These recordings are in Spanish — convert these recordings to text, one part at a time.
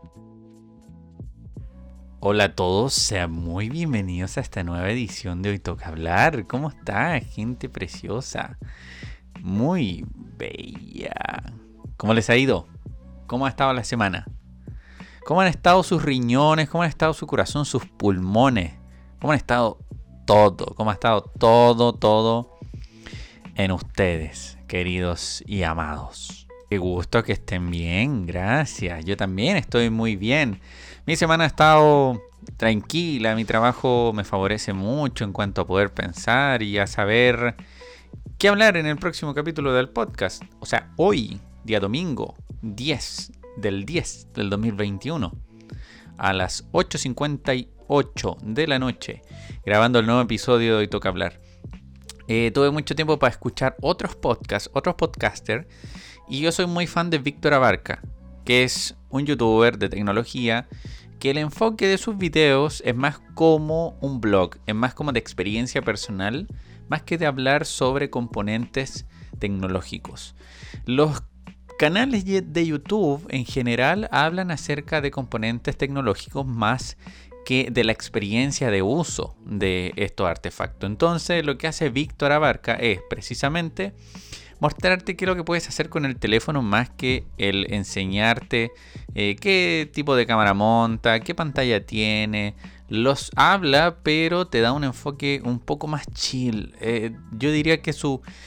Hola a todos, sean muy bienvenidos a esta nueva edición de Hoy Toca Hablar. ¿Cómo está, gente preciosa? Muy bella. ¿Cómo les ha ido? ¿Cómo ha estado la semana? ¿Cómo han estado sus riñones? ¿Cómo han estado su corazón, sus pulmones? ¿Cómo han estado todo? ¿Cómo ha estado todo en ustedes, queridos y amados? Qué gusto que estén bien, gracias. Yo también estoy muy bien. Mi semana ha estado tranquila, mi trabajo me favorece mucho en cuanto a poder pensar y a saber qué hablar en el próximo capítulo del podcast. O sea, hoy, día domingo, 10 del 10 del 2021, a las 8:58 de la noche, grabando el nuevo episodio de Hoy Toca Hablar. Tuve mucho tiempo para escuchar otros podcasts, otros podcasters, y yo soy muy fan de Víctor Abarca, que es un youtuber de tecnología, que el enfoque de sus videos es más como un blog, es más como de experiencia personal, más que de hablar sobre componentes tecnológicos. Los canales de YouTube en general hablan acerca de componentes tecnológicos más que de la experiencia de uso de estos artefactos. Entonces lo que hace Víctor Abarca es precisamente mostrarte qué es lo que puedes hacer con el teléfono, más que el enseñarte qué tipo de cámara monta, qué pantalla tiene. Los habla, pero te da un enfoque un poco más chill. Yo diría que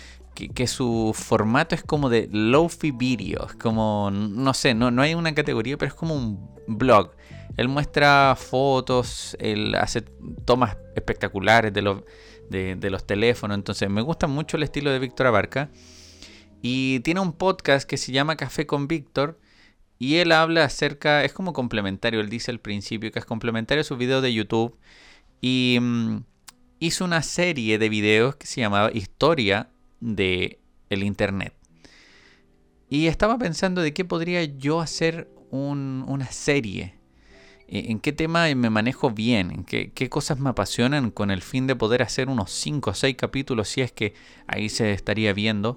su formato es como de lofi video, es como, no sé, no hay una categoría, pero es como un blog. Él muestra fotos, él hace tomas espectaculares de los teléfonos. Entonces me gusta mucho el estilo de Víctor Abarca. Y tiene un podcast que se llama Café con Víctor. Y él habla acerca, es como complementario, él dice al principio que es complementario a sus videos de YouTube. Y hizo una serie de videos que se llamaba Historia de el Internet. Y estaba pensando de qué podría yo hacer una serie. ¿En qué tema me manejo bien? ¿En qué cosas me apasionan con el fin de poder hacer unos 5 o 6 capítulos, si es que ahí se estaría viendo,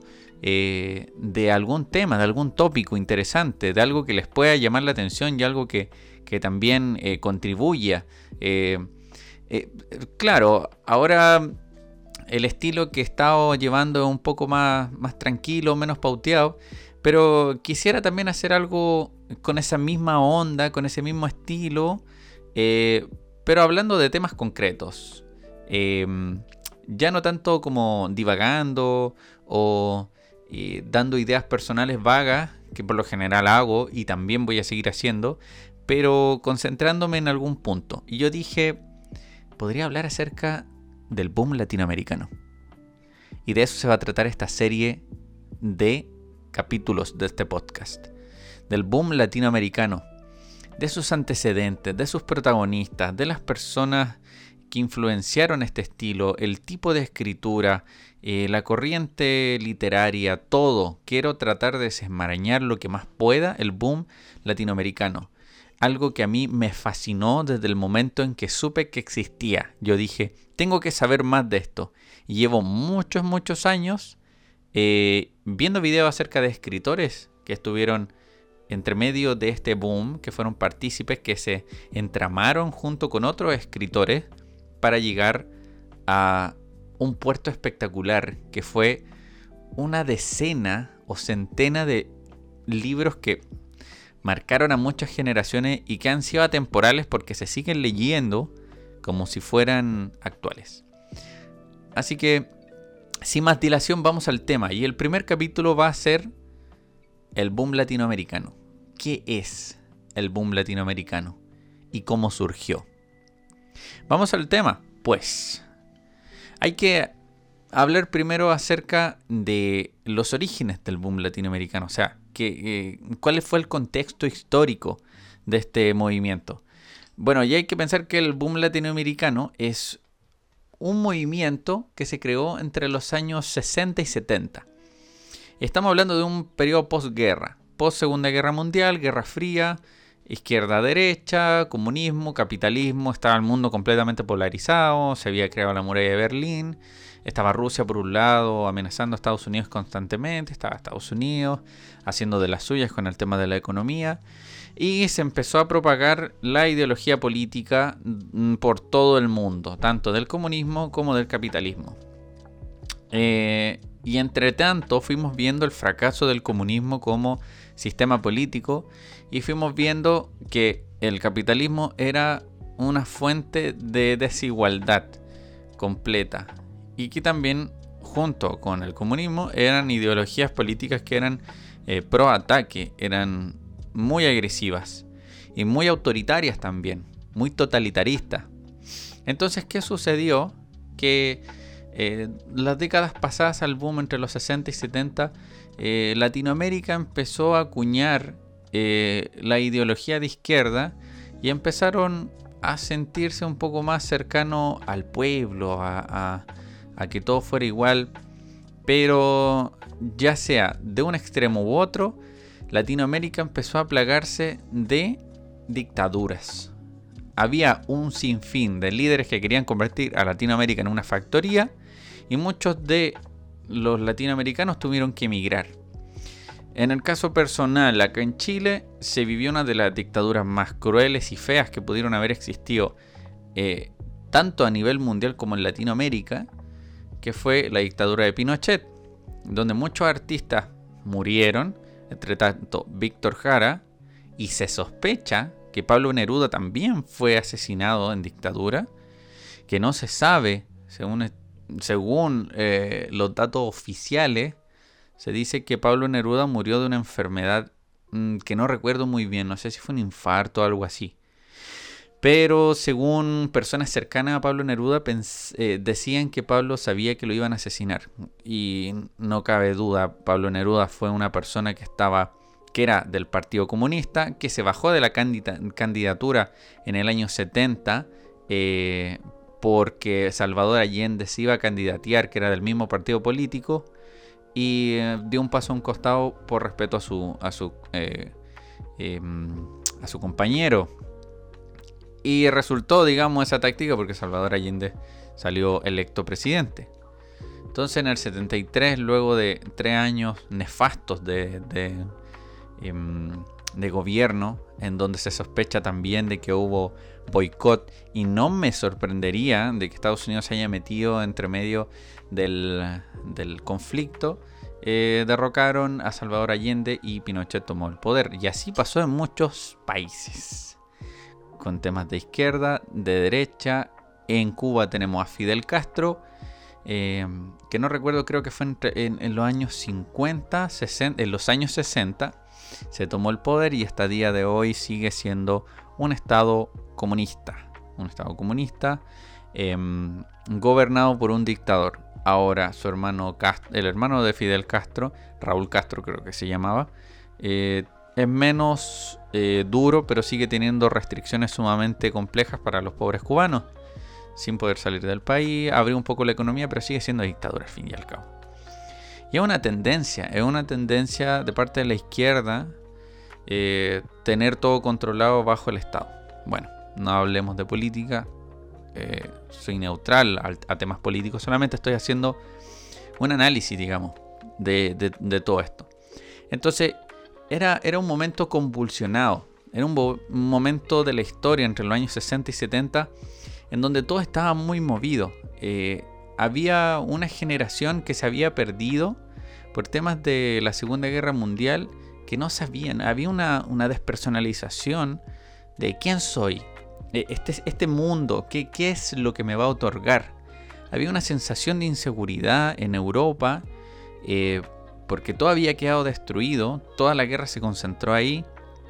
de algún tema, de algún tópico interesante, de algo que les pueda llamar la atención y algo que también contribuya? Claro, ahora el estilo que he estado llevando es un poco más tranquilo, menos pauteado, pero quisiera también hacer algo con esa misma onda, con ese mismo estilo, pero hablando de temas concretos. Ya no tanto como divagando o dando ideas personales vagas, que por lo general hago y también voy a seguir haciendo, pero concentrándome en algún punto. Y yo dije, podría hablar acerca del boom latinoamericano. Y de eso se va a tratar esta serie de capítulos de este podcast. Del boom latinoamericano, de sus antecedentes, de sus protagonistas, de las personas que influenciaron este estilo, el tipo de escritura, la corriente literaria, todo. Quiero tratar de desenmarañar lo que más pueda el boom latinoamericano. Algo que a mí me fascinó desde el momento en que supe que existía. Yo dije, tengo que saber más de esto. Y llevo muchos años viendo videos acerca de escritores que estuvieron entre medio de este boom, que fueron partícipes, que se entramaron junto con otros escritores para llegar a un puerto espectacular, que fue una decena o centena de libros que marcaron a muchas generaciones y que han sido atemporales porque se siguen leyendo como si fueran actuales. Así que, sin más dilación, vamos al tema. Y el primer capítulo va a ser el boom latinoamericano. ¿Qué es el boom latinoamericano? ¿Y cómo surgió? Vamos al tema. Pues, hay que hablar primero acerca de los orígenes del boom latinoamericano. O sea, ¿cuál fue el contexto histórico de este movimiento? Bueno, ya hay que pensar que el boom latinoamericano es un movimiento que se creó entre los años 60 y 70. Estamos hablando de un periodo posguerra, post Segunda Guerra Mundial, Guerra Fría, izquierda-derecha, comunismo, capitalismo, estaba el mundo completamente polarizado, se había creado la muralla de Berlín. Estaba Rusia por un lado amenazando a Estados Unidos constantemente, estaba Estados Unidos haciendo de las suyas con el tema de la economía, y se empezó a propagar la ideología política por todo el mundo, tanto del comunismo como del capitalismo. Y entre tanto fuimos viendo el fracaso del comunismo como sistema político, y fuimos viendo que el capitalismo era una fuente de desigualdad completa, y que también junto con el comunismo eran ideologías políticas que eran pro ataque, eran muy agresivas y muy autoritarias también, muy totalitaristas. Entonces, ¿qué sucedió? Que las décadas pasadas al boom entre los 60 y 70, Latinoamérica empezó a acuñar la ideología de izquierda, y empezaron a sentirse un poco más cercano al pueblo, a que todo fuera igual. Pero ya sea de un extremo u otro, Latinoamérica empezó a plagarse de dictaduras. Había un sinfín de líderes que querían convertir a Latinoamérica en una factoría, y muchos de los latinoamericanos tuvieron que emigrar. En el caso personal, acá en Chile se vivió una de las dictaduras más crueles y feas que pudieron haber existido, tanto a nivel mundial como en Latinoamérica, que fue la dictadura de Pinochet, donde muchos artistas murieron, entre tanto Víctor Jara, y se sospecha que Pablo Neruda también fue asesinado en dictadura, que no se sabe, según los datos oficiales. Se dice que Pablo Neruda murió de una enfermedad que no recuerdo muy bien, no sé si fue un infarto o algo así. Pero según personas cercanas a Pablo Neruda decían que Pablo sabía que lo iban a asesinar. Y no cabe duda, Pablo Neruda fue una persona que era del Partido Comunista, que se bajó de la candidatura en el año 70 porque Salvador Allende se iba a candidatear, que era del mismo partido político, y dio un paso a un costado por respeto a su compañero. Y resultó, digamos, esa táctica porque Salvador Allende salió electo presidente. Entonces en el 73, luego de 3 años nefastos de gobierno, en donde se sospecha también de que hubo boicot, y no me sorprendería de que Estados Unidos se haya metido entre medio del conflicto, derrocaron a Salvador Allende y Pinochet tomó el poder. Y así pasó en muchos países, con temas de izquierda, de derecha. En Cuba tenemos a Fidel Castro, que no recuerdo, creo que fue en los años 50, 60, en los años 60 se tomó el poder, y hasta día de hoy sigue siendo un estado comunista. Gobernado por un dictador. Ahora su hermano el hermano de Fidel Castro, Raúl Castro creo que se llamaba, es menos duro, pero sigue teniendo restricciones sumamente complejas para los pobres cubanos, sin poder salir del país. Abrió un poco la economía, pero sigue siendo dictadura al fin y al cabo. Y es una tendencia de parte de la izquierda tener todo controlado bajo el Estado. Bueno, no hablemos de política, soy neutral a temas políticos, solamente estoy haciendo un análisis, digamos, de todo esto. Entonces, era un momento convulsionado, era un momento de la historia entre los años 60 y 70 en donde todo estaba muy movido. Había una generación que se había perdido por temas de la Segunda Guerra Mundial, que no sabían. Había una despersonalización de quién soy, este mundo, ¿qué es lo que me va a otorgar? Había una sensación de inseguridad en Europa, porque todo había quedado destruido, toda la guerra se concentró ahí.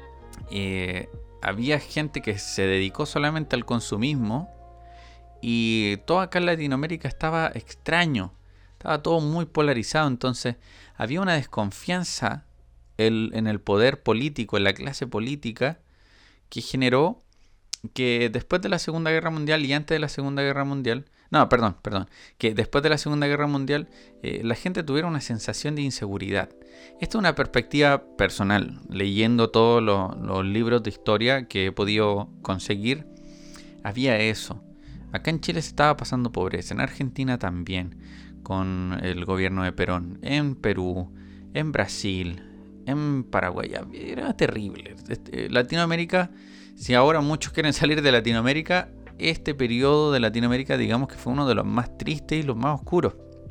Había gente que se dedicó solamente al consumismo, y todo acá en Latinoamérica estaba extraño, estaba todo muy polarizado. Entonces había una desconfianza en el poder político, en la clase política, que generó que después de la Segunda Guerra Mundial y antes de la Segunda Guerra Mundial, que después de la Segunda Guerra Mundial la gente tuviera una sensación de inseguridad. Esta es una perspectiva personal, leyendo todos los libros de historia que he podido conseguir. Había eso. Acá en Chile se estaba pasando pobreza, en Argentina también, con el gobierno de Perón, en Perú, en Brasil, en Paraguay. Era terrible. Latinoamérica, si ahora muchos quieren salir de Latinoamérica, este periodo de Latinoamérica digamos que fue uno de los más tristes y los más oscuros.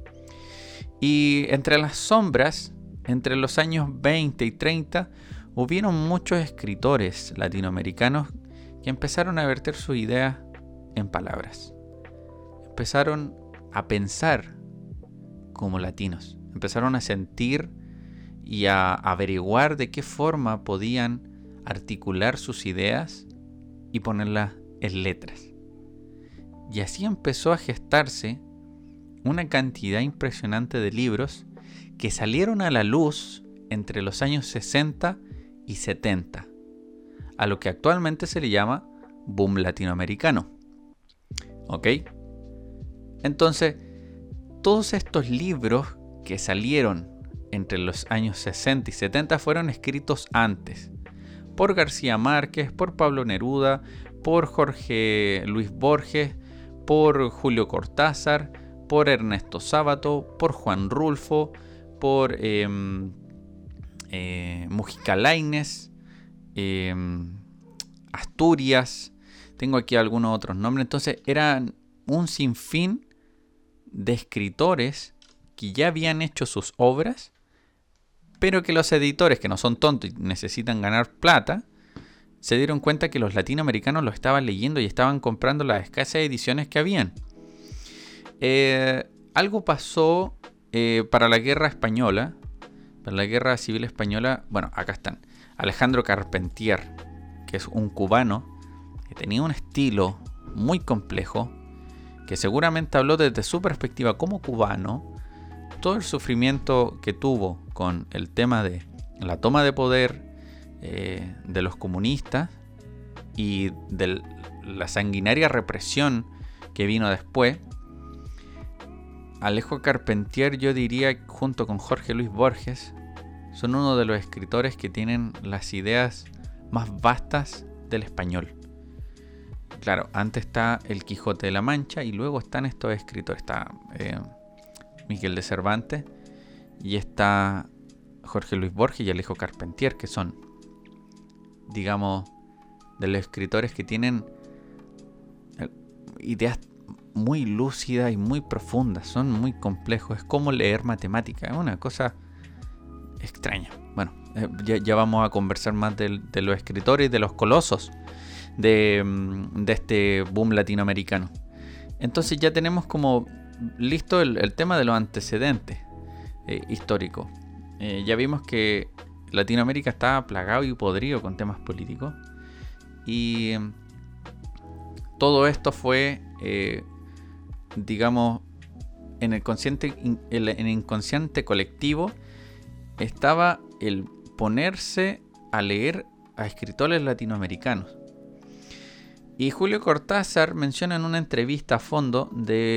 Y entre las sombras, entre los años 20 y 30, hubieron muchos escritores latinoamericanos que empezaron a verter sus ideas en palabras. Empezaron a pensar como latinos. Empezaron a sentir y a averiguar de qué forma podían articular sus ideas y ponerlas en letras. Y así empezó a gestarse una cantidad impresionante de libros que salieron a la luz entre los años 60 y 70, a lo que actualmente se le llama boom latinoamericano. ¿Ok? Entonces, todos estos libros que salieron entre los años 60 y 70 fueron escritos antes por García Márquez, por Pablo Neruda, por Jorge Luis Borges, por Julio Cortázar, por Ernesto Sábato, por Juan Rulfo, por Mujica Lainez, Asturias. Tengo aquí algunos otros nombres. Entonces eran un sinfín de escritores que ya habían hecho sus obras, pero que los editores, que no son tontos y necesitan ganar plata, se dieron cuenta que los latinoamericanos lo estaban leyendo y estaban comprando las escasas ediciones que habían. Algo pasó para la guerra española, para la guerra civil española. Bueno, acá están. Alejandro Carpentier, que es un cubano que tenía un estilo muy complejo, que seguramente habló desde su perspectiva como cubano, todo el sufrimiento que tuvo con el tema de la toma de poder de los comunistas y de la sanguinaria represión que vino después. Alejo Carpentier, yo diría, junto con Jorge Luis Borges, son uno de los escritores que tienen las ideas más vastas del español. Claro, antes está el Quijote de la Mancha y luego están estos escritores. Está Miguel de Cervantes y está Jorge Luis Borges y Alejo Carpentier, que son, digamos, de los escritores que tienen ideas muy lúcidas y muy profundas. Son muy complejos. Es como leer matemática. Es una cosa extraña. Bueno, ya vamos a conversar más de los escritores y de los colosos de este boom latinoamericano. Entonces ya tenemos como listo el tema de los antecedentes históricos. Ya vimos que Latinoamérica estaba plagado y podrido con temas políticos. Y todo esto fue, digamos, en el inconsciente colectivo estaba el ponerse a leer a escritores latinoamericanos. Y Julio Cortázar menciona en una entrevista a fondo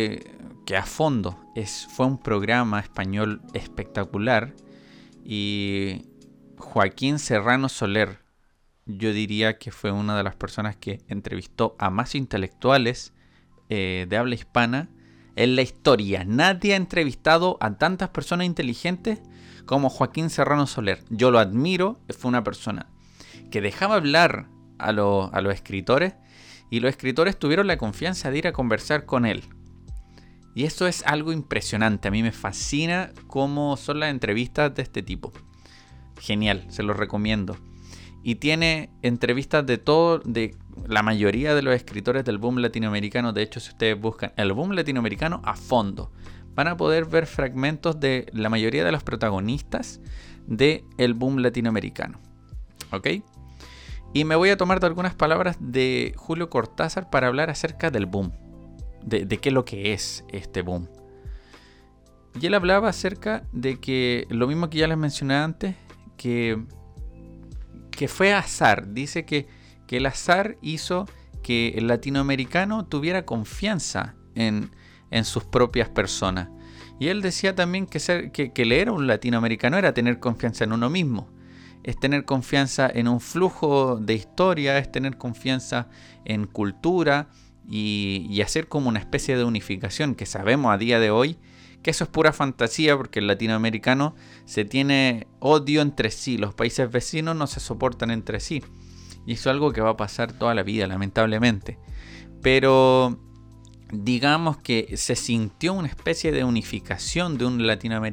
fue un programa español espectacular. Y Joaquín Serrano Soler, yo diría que fue una de las personas que entrevistó a más intelectuales de habla hispana en la historia. Nadie ha entrevistado a tantas personas inteligentes como Joaquín Serrano Soler. Yo lo admiro, fue una persona que dejaba hablar a los escritores y los escritores tuvieron la confianza de ir a conversar con él. Y eso es algo impresionante. A mí me fascina cómo son las entrevistas de este tipo. Genial, se los recomiendo. Y tiene entrevistas de la mayoría de los escritores del boom latinoamericano. De hecho, si ustedes buscan el boom latinoamericano a fondo, van a poder ver fragmentos de la mayoría de los protagonistas del boom latinoamericano. ¿Ok? Y me voy a tomar de algunas palabras de Julio Cortázar para hablar acerca del boom. De qué es lo que es este boom. Y él hablaba acerca de que, lo mismo que ya les mencioné antes, que fue azar. Dice que el azar hizo que el latinoamericano tuviera confianza en sus propias personas. Y él decía también que leer a un latinoamericano era tener confianza en uno mismo. Es tener confianza en un flujo de historia, es tener confianza en cultura y hacer como una especie de unificación que sabemos a día de hoy que eso es pura fantasía porque el latinoamericano se tiene odio entre sí, los países vecinos no se soportan entre sí. Y eso es algo que va a pasar toda la vida, lamentablemente. Pero digamos que se sintió una especie de unificación de una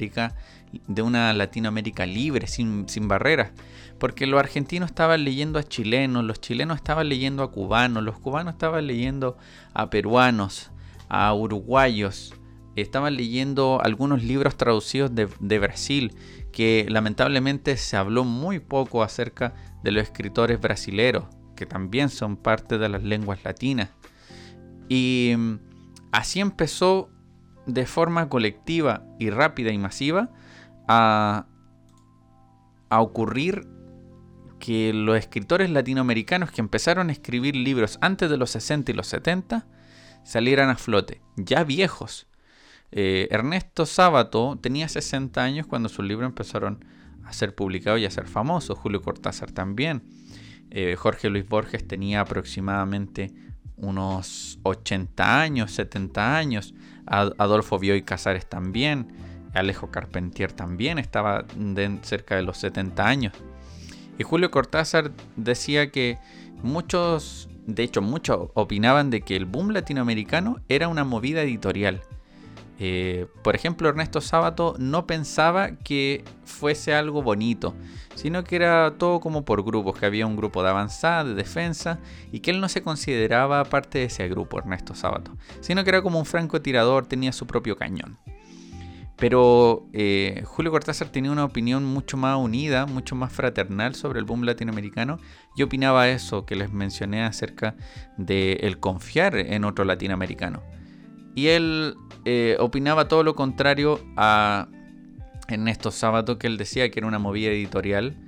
Latinoamérica libre, sin barreras. Porque los argentinos estaban leyendo a chilenos, los chilenos estaban leyendo a cubanos, los cubanos estaban leyendo a peruanos, a uruguayos, estaban leyendo algunos libros traducidos de Brasil, que lamentablemente se habló muy poco acerca de los escritores brasileros, que también son parte de las lenguas latinas. Y así empezó de forma colectiva y rápida y masiva a ocurrir que los escritores latinoamericanos que empezaron a escribir libros antes de los 60 y los 70 salieran a flote, ya viejos. Ernesto Sábato tenía 60 años cuando sus libros empezaron a ser publicados y a ser famosos. Julio Cortázar también. Jorge Luis Borges tenía aproximadamente unos 80 años, 70 años. Adolfo Bioy Casares también. Alejo Carpentier también estaba cerca de los 70 años. Y Julio Cortázar decía que muchos opinaban de que el boom latinoamericano era una movida editorial. Por ejemplo, Ernesto Sábato no pensaba que fuese algo bonito, sino que era todo como por grupos, que había un grupo de avanzada, de defensa, y que él no se consideraba parte de ese grupo, Ernesto Sábato, sino que era como un francotirador, tenía su propio cañón. Pero Julio Cortázar tenía una opinión mucho más unida, mucho más fraternal sobre el boom latinoamericano, y opinaba eso que les mencioné acerca de el confiar en otro latinoamericano. Y él opinaba todo lo contrario a Ernesto Sábato, que él decía que era una movida editorial,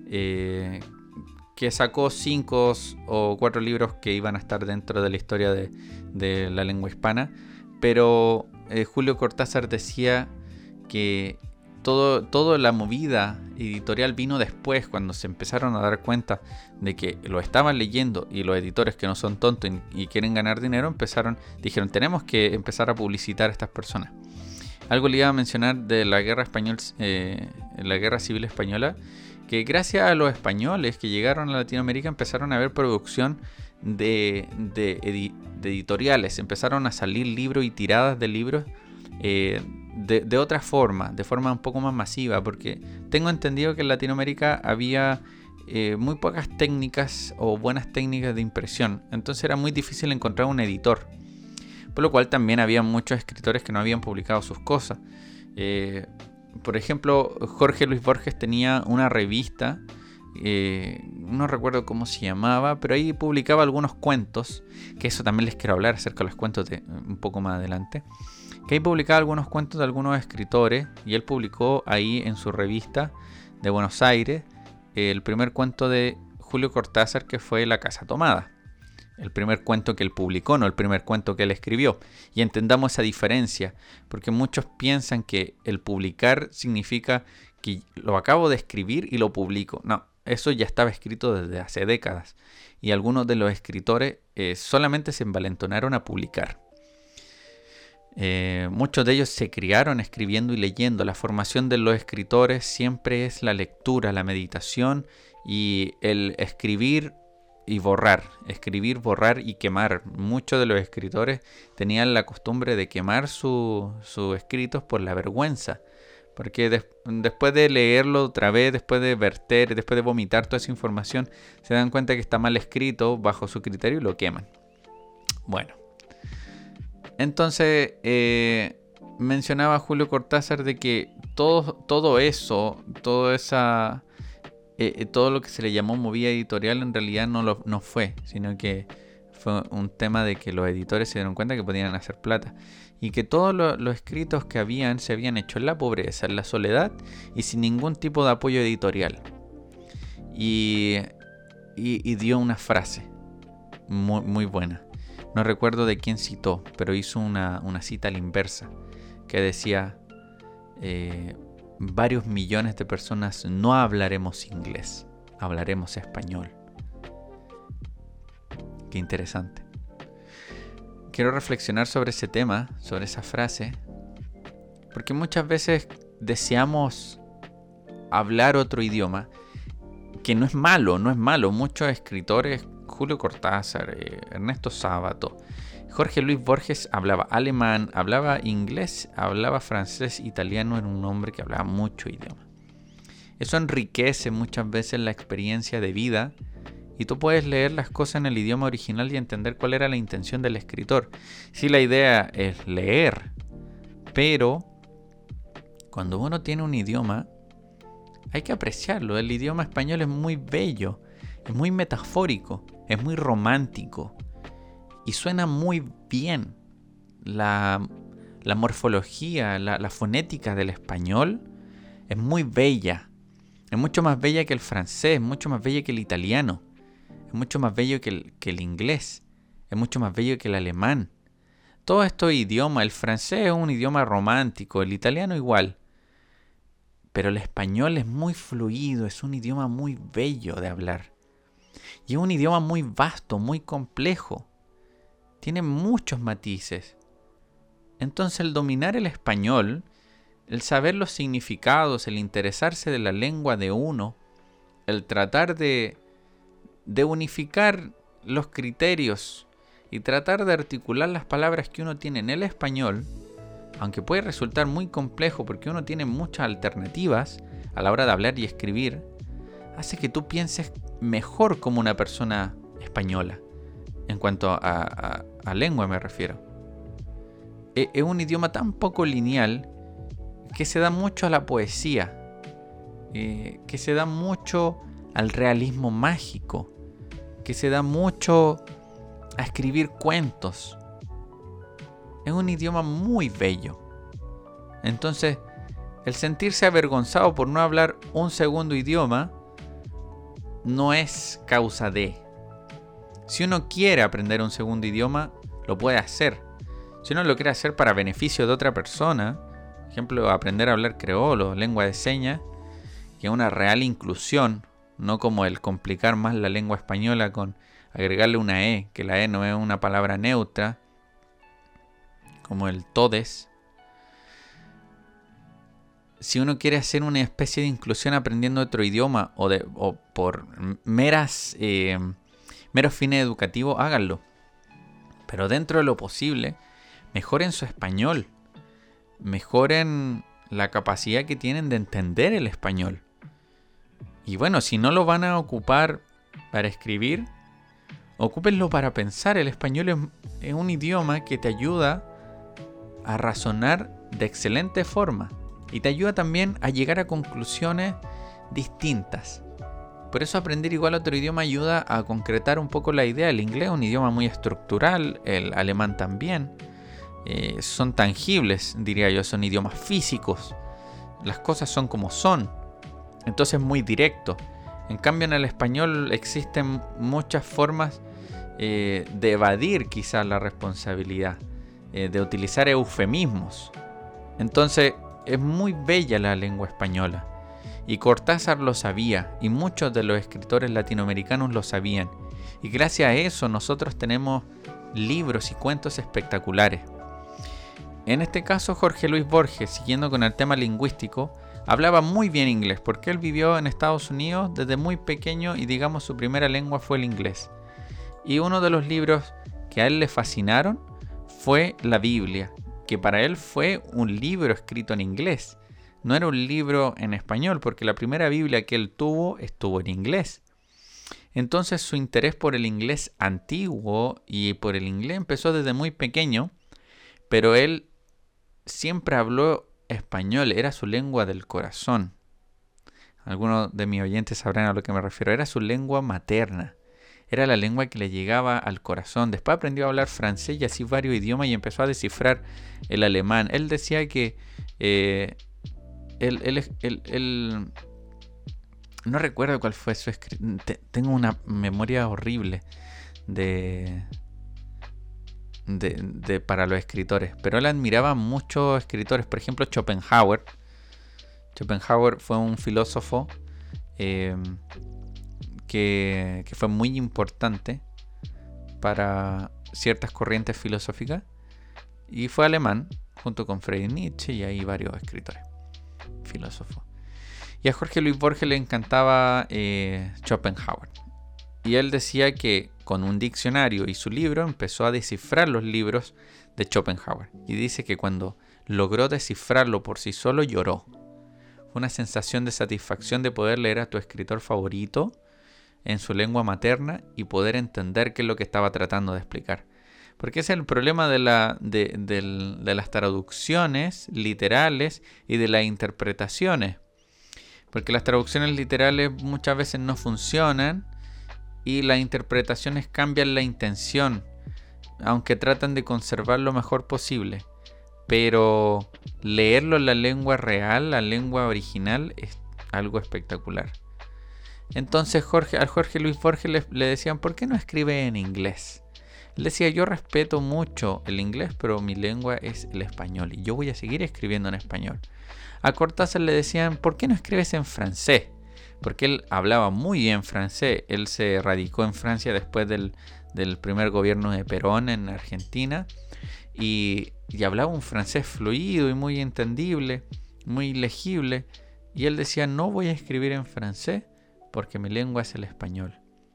que sacó 5 o 4 libros que iban a estar dentro de la historia de la lengua hispana. Pero Julio Cortázar decía que toda la movida editorial vino después, cuando se empezaron a dar cuenta de que lo estaban leyendo y los editores que no son tontos y quieren ganar dinero, dijeron, tenemos que empezar a publicitar a estas personas. Algo le iba a mencionar de la guerra civil española, que gracias a los españoles que llegaron a Latinoamérica empezaron a haber producción de editoriales, empezaron a salir libros y tiradas de libros de otra forma, de forma un poco más masiva, porque tengo entendido que en Latinoamérica había muy pocas técnicas o buenas técnicas de impresión, entonces era muy difícil encontrar un editor, por lo cual también había muchos escritores que no habían publicado sus cosas. Por ejemplo, Jorge Luis Borges tenía una revista, no recuerdo cómo se llamaba, pero ahí publicaba algunos cuentos, que eso también les quiero hablar acerca de los cuentos un poco más adelante, que ahí publicaba algunos cuentos de algunos escritores, y él publicó ahí en su revista de Buenos Aires el primer cuento de Julio Cortázar, que fue La Casa Tomada. El primer cuento que él publicó, no el primer cuento que él escribió. Y entendamos esa diferencia, porque muchos piensan que el publicar significa que lo acabo de escribir y lo publico. No, eso ya estaba escrito desde hace décadas. Y algunos de los escritores solamente se envalentonaron a publicar. Muchos de ellos se criaron escribiendo y leyendo. La formación de los escritores siempre es la lectura, la meditación y el escribir y borrar, borrar y quemar. Muchos de los escritores tenían la costumbre de quemar sus escritos por la vergüenza, porque después de leerlo otra vez, después de verter, después de vomitar toda esa información, se dan cuenta que está mal escrito bajo su criterio y lo queman. Bueno, entonces mencionaba Julio Cortázar de que todo eso, todo lo que se le llamó movida editorial en realidad no fue, sino que fue un tema de que los editores se dieron cuenta que podían hacer plata y que todos los escritos que se habían hecho en la pobreza, en la soledad y sin ningún tipo de apoyo editorial. Y dio una frase muy, muy buena. No recuerdo de quién citó, pero hizo una cita a la inversa que decía: varios millones de personas no hablaremos inglés, hablaremos español. Qué interesante. Quiero reflexionar sobre ese tema, sobre esa frase, Porque muchas veces deseamos hablar otro idioma, que no es malo, no es malo. Muchos escritores, Julio Cortázar, Ernesto Sábato, Jorge Luis Borges hablaba alemán, hablaba inglés, hablaba francés, italiano, era un hombre que hablaba mucho idioma. Eso enriquece muchas veces la experiencia de vida y tú puedes leer las cosas en el idioma original y entender cuál era la intención del escritor. Sí, la idea es leer, pero cuando uno tiene un idioma, hay que apreciarlo. El idioma español es muy bello, es muy metafórico, es muy romántico y suena muy bien. La morfología, la fonética del español es muy bella. Es mucho más bella que el francés, es mucho más bella que el italiano, es mucho más bello que el inglés, es mucho más bello que el alemán. Todos estos idiomas, el francés es un idioma romántico, el italiano igual. Pero el español es muy fluido, es un idioma muy bello de hablar. Y es un idioma muy vasto, muy complejo. Tiene muchos matices. Entonces el dominar el español, el saber los significados, el interesarse de la lengua de uno, el tratar de unificar los criterios y tratar de articular las palabras que uno tiene en el español, aunque puede resultar muy complejo porque uno tiene muchas alternativas a la hora de hablar y escribir, hace que tú pienses mejor como una persona española, en cuanto a lengua me refiero. Es un idioma tan poco lineal que se da mucho a la poesía, que se da mucho al realismo mágico, que se da mucho a escribir cuentos. Es un idioma muy bello. Entonces, el sentirse avergonzado por no hablar un segundo idioma no es causa de. Si uno quiere aprender un segundo idioma, lo puede hacer. Si uno lo quiere hacer para beneficio de otra persona, por ejemplo, aprender a hablar creolo, lengua de señas, que es una real inclusión, no como el complicar más la lengua española con agregarle una E, que la E no es una palabra neutra, como el todes. Si uno quiere hacer una especie de inclusión aprendiendo otro idioma o por meros fines educativos, háganlo. Pero dentro de lo posible, mejoren su español. Mejoren la capacidad que tienen de entender el español. Y bueno, si no lo van a ocupar para escribir, ocúpenlo para pensar. El español es un idioma que te ayuda a razonar de excelente forma y te ayuda también a llegar a conclusiones distintas. Por eso aprender igual otro idioma ayuda a concretar un poco la idea. El inglés es un idioma muy estructural, el alemán también. Son tangibles, diría yo, son idiomas físicos. Las cosas son como son. Entonces muy directo. En cambio en el español existen muchas formas de evadir quizás la responsabilidad, de utilizar eufemismos. Entonces es muy bella la lengua española. Y Cortázar lo sabía, y muchos de los escritores latinoamericanos lo sabían. Y gracias a eso nosotros tenemos libros y cuentos espectaculares. En este caso Jorge Luis Borges, siguiendo con el tema lingüístico, hablaba muy bien inglés porque él vivió en Estados Unidos desde muy pequeño y digamos su primera lengua fue el inglés. Y uno de los libros que a él le fascinaron fue la Biblia, que para él fue un libro escrito en inglés. No era un libro en español, porque la primera Biblia que él tuvo estuvo en inglés. Entonces su interés por el inglés antiguo y por el inglés empezó desde muy pequeño, pero él siempre habló español, era su lengua del corazón. Algunos de mis oyentes sabrán a lo que me refiero. Era su lengua materna. Era la lengua que le llegaba al corazón. Después aprendió a hablar francés y así varios idiomas y empezó a descifrar el alemán. Él decía que él no recuerdo cuál fue su escrito. Tengo una memoria horrible para los escritores, pero él admiraba muchos escritores, por ejemplo Schopenhauer. Schopenhauer fue un filósofo que fue muy importante para ciertas corrientes filosóficas y fue alemán, junto con Friedrich Nietzsche y hay varios escritores, filósofos. Y a Jorge Luis Borges le encantaba Schopenhauer. Y él decía que con un diccionario y su libro empezó a descifrar los libros de Schopenhauer. Y dice que cuando logró descifrarlo por sí solo lloró. Fue una sensación de satisfacción de poder leer a tu escritor favorito en su lengua materna y poder entender qué es lo que estaba tratando de explicar. Porque ese es el problema de las traducciones literales y de las interpretaciones. Porque las traducciones literales muchas veces no funcionan y las interpretaciones cambian la intención, aunque tratan de conservar lo mejor posible. Pero leerlo en la lengua real, la lengua original, es algo espectacular. Entonces a Jorge Luis Borges le decían, ¿por qué no escribe en inglés? Él decía, yo respeto mucho el inglés, pero mi lengua es el español y yo voy a seguir escribiendo en español. A Cortázar le decían, ¿por qué no escribes en francés? Porque él hablaba muy bien francés. Él se radicó en Francia después del primer gobierno de Perón en Argentina y hablaba un francés fluido y muy entendible, muy legible. Y él decía, no voy a escribir en francés porque mi lengua es el español.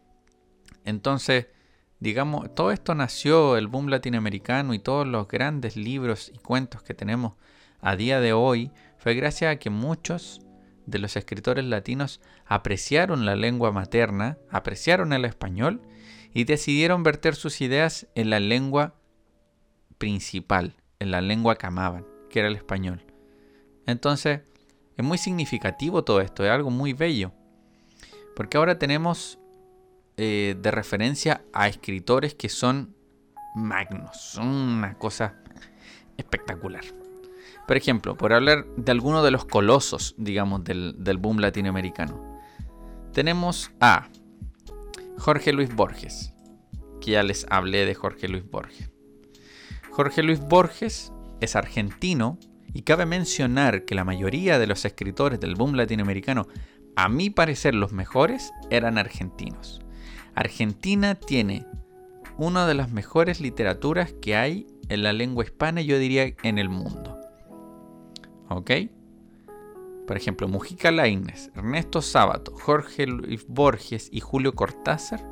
Entonces, digamos, todo esto nació, el boom latinoamericano y todos los grandes libros y cuentos que tenemos a día de hoy, fue gracias a que muchos de los escritores latinos apreciaron la lengua materna, apreciaron el español y decidieron verter sus ideas en la lengua principal, en la lengua que amaban, que era el español. Entonces, es muy significativo todo esto, es algo muy bello. Porque ahora tenemos de referencia a escritores que son magnos, son una cosa espectacular. Por ejemplo, por hablar de alguno de los colosos, digamos, del boom latinoamericano. Tenemos a Jorge Luis Borges, que ya les hablé de Jorge Luis Borges. Jorge Luis Borges es argentino y cabe mencionar que la mayoría de los escritores del boom latinoamericano, a mi parecer los mejores, eran argentinos. Argentina tiene una de las mejores literaturas que hay en la lengua hispana, yo diría en el mundo. ¿Ok? Por ejemplo, Mujica Lainez, Ernesto Sábato, Jorge Luis Borges y Julio Cortázar,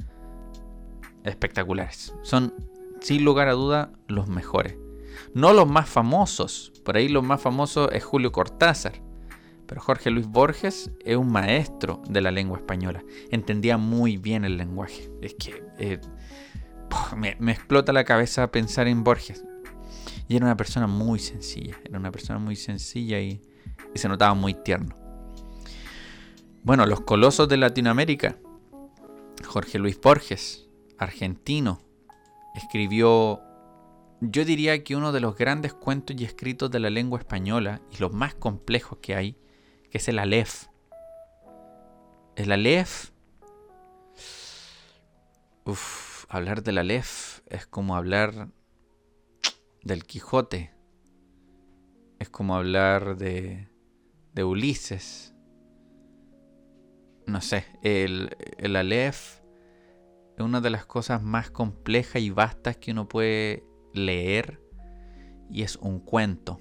espectaculares. Son, sin lugar a duda, los mejores. No los más famosos. Por ahí los más famosos es Julio Cortázar. Pero Jorge Luis Borges es un maestro de la lengua española. Entendía muy bien el lenguaje. Es que me explota la cabeza pensar en Borges. Y era una persona muy sencilla. Y se notaba muy tierno. Bueno, los colosos de Latinoamérica. Jorge Luis Borges, argentino, escribió, yo diría que uno de los grandes cuentos y escritos de la lengua española y los más complejos que hay, que es el Aleph. El Aleph, hablar del Aleph es como hablar del Quijote, es como hablar de Ulises. No sé, el Aleph es una de las cosas más complejas y vastas que uno puede leer y es un cuento.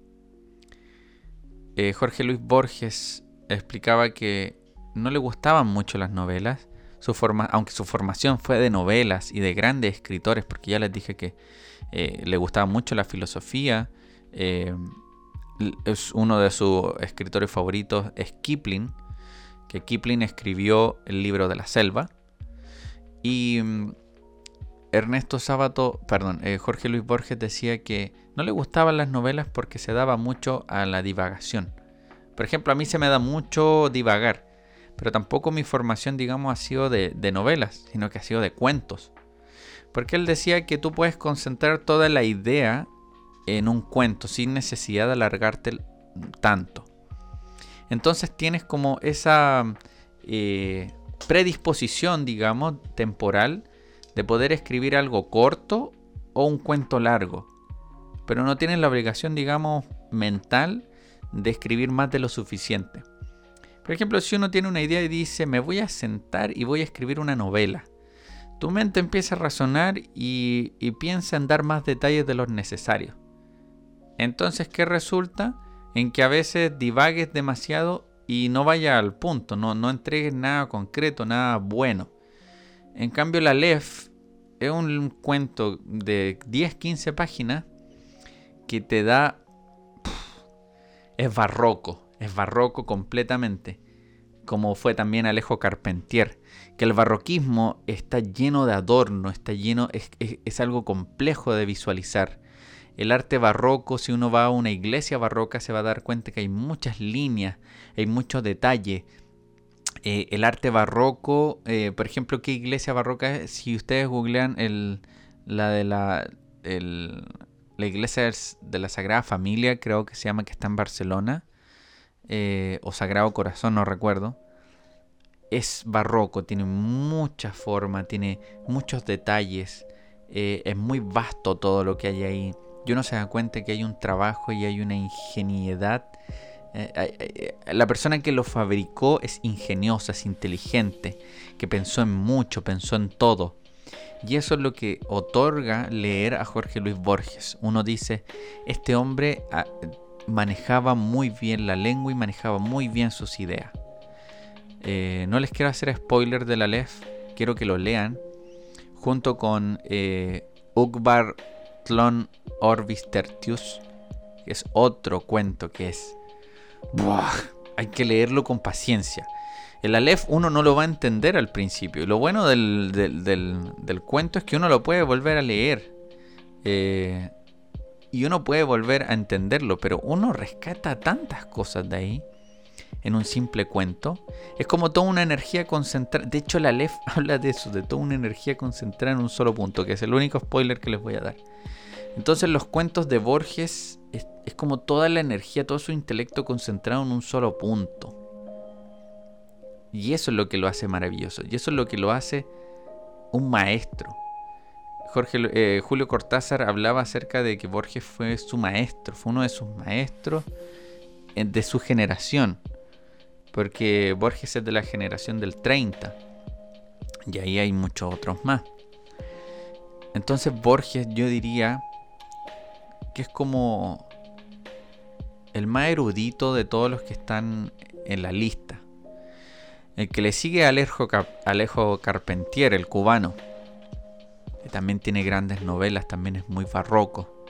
Jorge Luis Borges explicaba que no le gustaban mucho las novelas, aunque su formación fue de novelas y de grandes escritores, porque ya les dije que le gustaba mucho la filosofía. Es uno de sus escritores favoritos es Kipling, que Kipling escribió el libro de la selva. Y Jorge Luis Borges decía que no le gustaban las novelas porque se daba mucho a la divagación. Por ejemplo, a mí se me da mucho divagar, pero tampoco mi formación, digamos, ha sido de novelas, sino que ha sido de cuentos. Porque él decía que tú puedes concentrar toda la idea en un cuento sin necesidad de alargarte tanto. Entonces tienes como esa predisposición, digamos, temporal de poder escribir algo corto o un cuento largo. Pero no tienes la obligación, digamos, mental de escribir más de lo suficiente. Por ejemplo, si uno tiene una idea y dice, me voy a sentar y voy a escribir una novela, tu mente empieza a razonar y piensa en dar más detalles de los necesarios. Entonces, ¿qué resulta? En que a veces divagues demasiado y no vayas al punto, no entregues nada concreto, nada bueno. En cambio, la Aleph es un cuento de 10-15 páginas que te da... Es barroco completamente. Como fue también Alejo Carpentier. Que el barroquismo está lleno de adorno, está lleno, es algo complejo de visualizar. El arte barroco, si uno va a una iglesia barroca, se va a dar cuenta que hay muchas líneas, hay muchos detalles. El arte barroco, por ejemplo, ¿qué iglesia barroca es? Si ustedes googlean la iglesia de la Sagrada Familia, creo que se llama, que está en Barcelona, o Sagrado Corazón, no recuerdo. Es barroco, tiene mucha forma, tiene muchos detalles, es muy vasto todo lo que hay ahí. Y uno se da cuenta que hay un trabajo y hay una ingenuidad. La persona que lo fabricó es ingeniosa, es inteligente, que pensó en mucho, pensó en todo. Y eso es lo que otorga leer a Jorge Luis Borges. Uno dice, este hombre manejaba muy bien la lengua y manejaba muy bien sus ideas. No les quiero hacer spoiler de la Aleph, quiero que lo lean junto con Uqbar Tlon Orbis Tertius, que es otro cuento que es... ¡buah! Hay que leerlo con paciencia. El Aleph uno no lo va a entender al principio. Lo bueno del cuento es que uno lo puede volver a leer. Y uno puede volver a entenderlo, pero uno rescata tantas cosas de ahí en un simple cuento. Es como toda una energía concentrada. De hecho, el Aleph habla de eso, de toda una energía concentrada en un solo punto, que es el único spoiler que les voy a dar. Entonces los cuentos de Borges es como toda la energía, todo su intelecto concentrado en un solo punto. Y eso es lo que lo hace maravilloso. Y eso es lo que lo hace un maestro. Julio Cortázar hablaba acerca de que Borges fue su maestro, fue uno de sus maestros de su generación. Porque Borges es de la generación del 30. Y ahí hay muchos otros más. Entonces Borges, yo diría que es como el más erudito de todos los que están en la lista. El que le sigue a Alejo Carpentier, el cubano, que también tiene grandes novelas, también es muy barroco,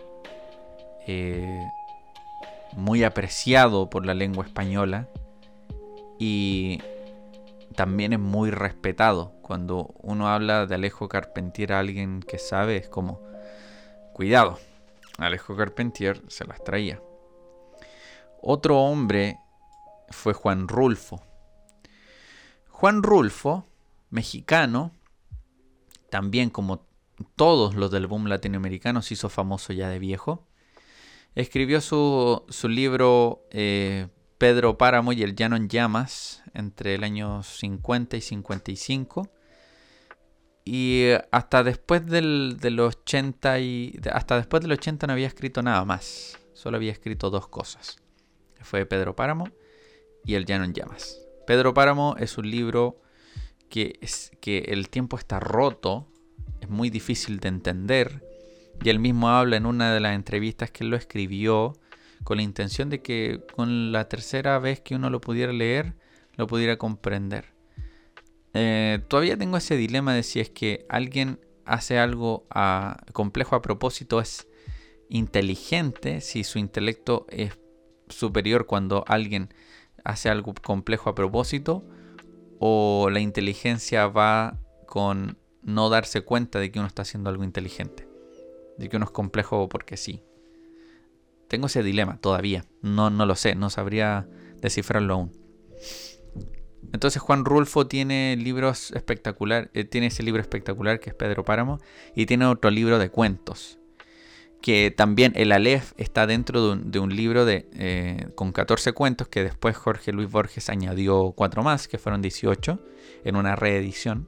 muy apreciado por la lengua española y también es muy respetado. Cuando uno habla de Alejo Carpentier a alguien que sabe, es como, cuidado, Alejo Carpentier se las traía. Otro hombre fue Juan Rulfo. Juan Rulfo, mexicano, también como todos los del boom latinoamericano, se hizo famoso ya de viejo. Escribió su libro Pedro Páramo y el Llano en Llamas entre el año 50 y 55. Y hasta después del 80 no había escrito nada más. Solo había escrito 2 cosas. Fue Pedro Páramo y el Llano en Llamas. Pedro Páramo es un libro que el tiempo está roto, es muy difícil de entender, y él mismo habla en una de las entrevistas que él lo escribió con la intención de que con la tercera vez que uno lo pudiera leer, lo pudiera comprender. Todavía tengo ese dilema de si es que alguien hace algo complejo a propósito, es inteligente, si su intelecto es superior cuando alguien hace algo complejo a propósito, o la inteligencia va con no darse cuenta de que uno está haciendo algo inteligente, de que uno es complejo porque sí. Tengo ese dilema todavía, no lo sé, no sabría descifrarlo aún. Entonces Juan Rulfo tiene libros espectaculares, tiene ese libro espectacular que es Pedro Páramo, y tiene otro libro de cuentos, que también el Aleph está dentro de un libro con 14 cuentos que después Jorge Luis Borges añadió 4 más, que fueron 18 en una reedición.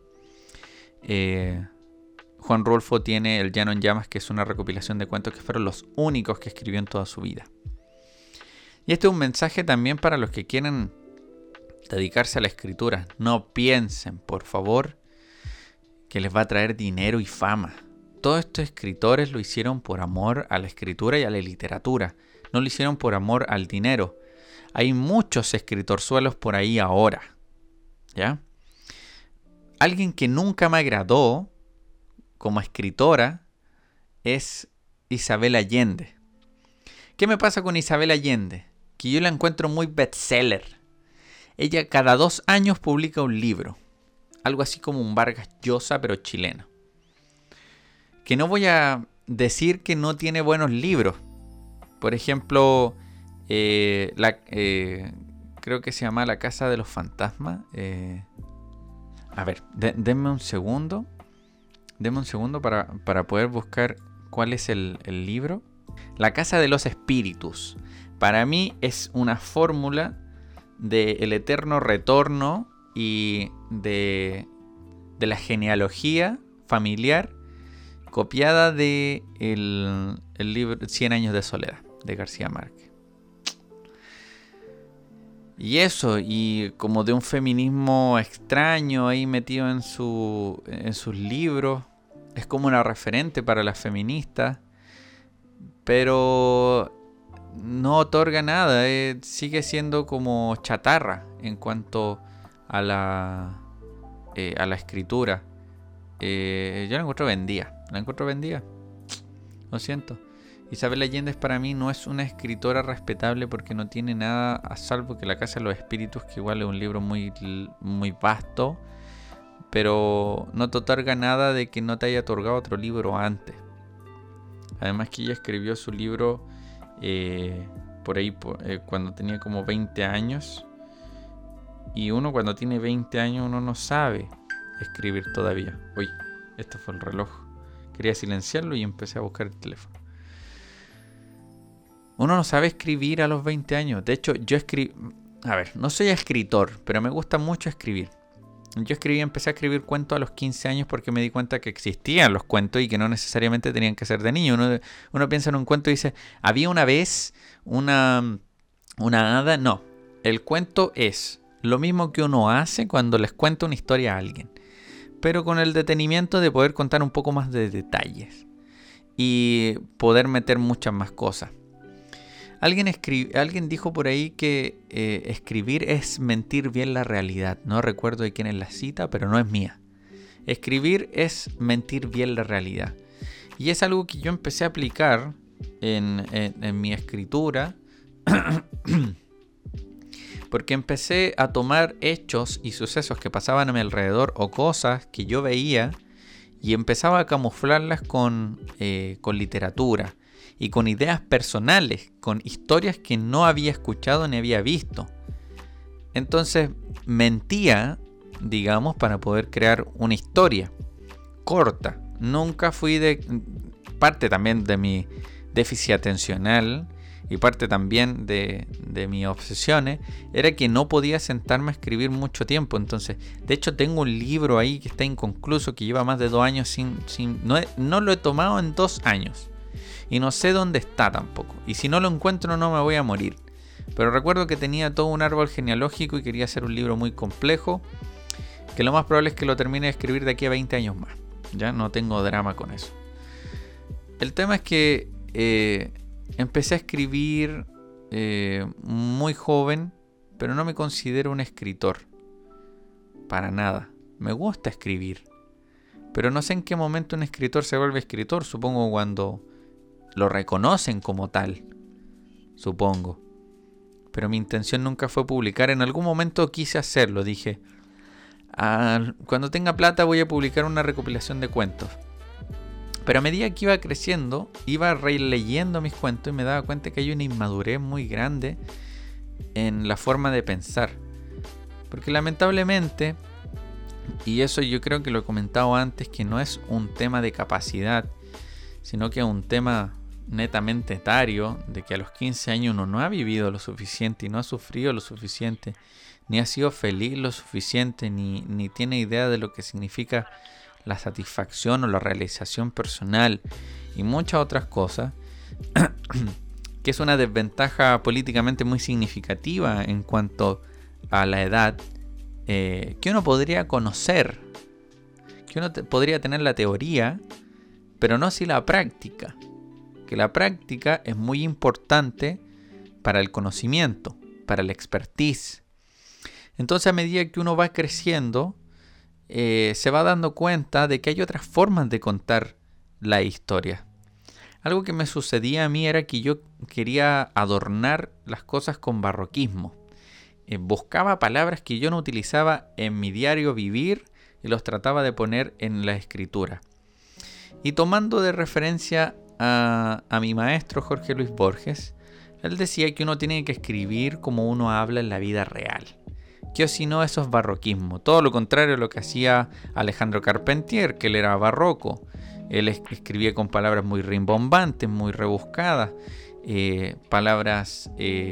Juan Rulfo tiene El Llano en Llamas, que es una recopilación de cuentos que fueron los únicos que escribió en toda su vida. Y este es un mensaje también para los que quieren dedicarse a la escritura. No piensen, por favor, que les va a traer dinero y fama. todos estos escritores lo hicieron por amor a la escritura y a la literatura. No lo hicieron por amor al dinero. Hay muchos escritorzuelos por ahí ahora, ¿ya? Alguien que nunca me agradó como escritora es Isabel Allende. ¿Qué me pasa con Isabel Allende? Que yo la encuentro muy bestseller. Ella cada 2 años publica un libro. Algo así como un Vargas Llosa, pero chileno. Que no voy a decir que no tiene buenos libros. Por ejemplo, creo que se llama La Casa de los Fantasmas. A ver, denme un segundo. Denme un segundo para poder buscar cuál es el libro. La Casa de los Espíritus. Para mí es una fórmula del eterno retorno y de la genealogía familiar copiada de el libro 100 años de soledad de García Márquez. Y eso, y como de un feminismo extraño ahí metido en sus libros. Es como una referente para las feministas, pero no otorga nada. Sigue siendo como chatarra en cuanto a la escritura. Yo la encuentro vendida. Lo siento. Isabel Allende para mí no es una escritora respetable porque no tiene nada a salvo que La Casa de los Espíritus, que igual es un libro muy, muy vasto, pero no te otorga nada de que no te haya otorgado otro libro antes. Además que ella escribió su libro por ahí cuando tenía como 20 años. Y uno cuando tiene 20 años uno no sabe escribir todavía. Uy, este fue el reloj. Quería silenciarlo y empecé a buscar el teléfono. Uno no sabe escribir a los 20 años. De hecho, yo no soy escritor, pero me gusta mucho escribir. Empecé a escribir cuentos a los 15 años porque me di cuenta que existían los cuentos y que no necesariamente tenían que ser de niño. Uno piensa en un cuento y dice, había una vez una hada. No, el cuento es lo mismo que uno hace cuando les cuenta una historia a alguien, pero con el detenimiento de poder contar un poco más de detalles y poder meter muchas más cosas. Alguien dijo por ahí que escribir es mentir bien la realidad. No recuerdo de quién es la cita, pero no es mía. Escribir es mentir bien la realidad. Y es algo que yo empecé a aplicar en mi escritura porque empecé a tomar hechos y sucesos que pasaban a mi alrededor o cosas que yo veía y empezaba a camuflarlas con literatura. Y con ideas personales, con historias que no había escuchado ni había visto. Entonces mentía, digamos, para poder crear una historia corta. Nunca fui parte también de mi déficit atencional y parte también de mis obsesiones, era que no podía sentarme a escribir mucho tiempo. Entonces, de hecho tengo un libro ahí que está inconcluso, que lleva más de 2 años no lo he tomado en 2 años. Y no sé dónde está tampoco. Y si no lo encuentro no me voy a morir. Pero recuerdo que tenía todo un árbol genealógico y quería hacer un libro muy complejo, que lo más probable es que lo termine de escribir de aquí a 20 años más. Ya no tengo drama con eso. El tema es que empecé a escribir muy joven, pero no me considero un escritor. Para nada. Me gusta escribir. Pero no sé en qué momento un escritor se vuelve escritor. Supongo cuando lo reconocen como tal, supongo. Pero mi intención nunca fue publicar. En algún momento quise hacerlo. Dije, cuando tenga plata voy a publicar una recopilación de cuentos. Pero a medida que iba creciendo, iba releyendo mis cuentos y me daba cuenta que hay una inmadurez muy grande en la forma de pensar. Porque lamentablemente, y eso yo creo que lo he comentado antes, que no es un tema de capacidad, sino que es un tema netamente etario, de que a los 15 años uno no ha vivido lo suficiente y no ha sufrido lo suficiente, ni ha sido feliz lo suficiente, ni tiene idea de lo que significa la satisfacción o la realización personal y muchas otras cosas, que es una desventaja políticamente muy significativa en cuanto a la edad, que uno podría conocer, que uno podría tener la teoría, pero no así la práctica. Que la práctica es muy importante para el conocimiento, para el expertise. Entonces, a medida que uno va creciendo, se va dando cuenta de que hay otras formas de contar la historia. Algo que me sucedía a mí era que yo quería adornar las cosas con barroquismo. Buscaba palabras que yo no utilizaba en mi diario vivir y los trataba de poner en la escritura. Y tomando de referencia a mi maestro Jorge Luis Borges, él decía que uno tiene que escribir como uno habla en la vida real. Que o si no, eso es barroquismo. Todo lo contrario a lo que hacía Alejandro Carpentier, que él era barroco. Él escribía con palabras muy rimbombantes, muy rebuscadas, palabras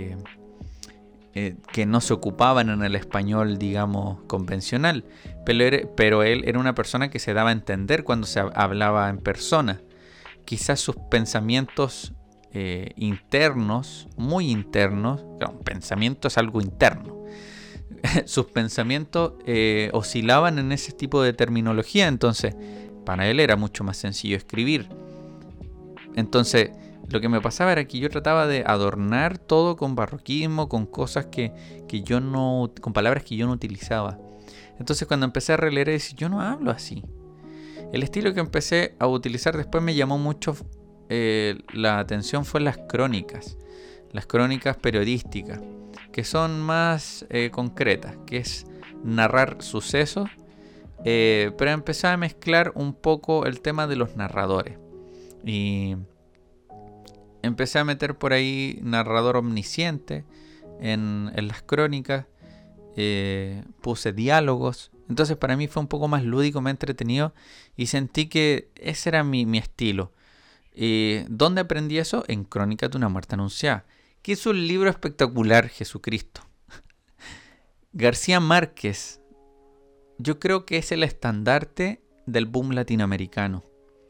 que no se ocupaban en el español, digamos, convencional. Pero él era una persona que se daba a entender cuando se hablaba en persona. Quizás sus pensamientos internos, muy internos, claro, un pensamiento es algo interno. Sus pensamientos oscilaban en ese tipo de terminología, entonces para él era mucho más sencillo escribir. Entonces lo que me pasaba era que yo trataba de adornar todo con barroquismo, con cosas con palabras que yo no utilizaba. Entonces cuando empecé a releer, decía, yo no hablo así. El estilo que empecé a utilizar después me llamó mucho la atención fue las crónicas periodísticas, que son más concretas, que es narrar sucesos, pero empecé a mezclar un poco el tema de los narradores. Y empecé a meter por ahí narrador omnisciente en las crónicas, puse diálogos. Entonces para mí fue un poco más lúdico, más entretenido y sentí que ese era mi estilo. ¿Dónde aprendí eso? En Crónicas de una muerte anunciada, que es un libro espectacular, Jesucristo. García Márquez, yo creo que es el estandarte del boom latinoamericano.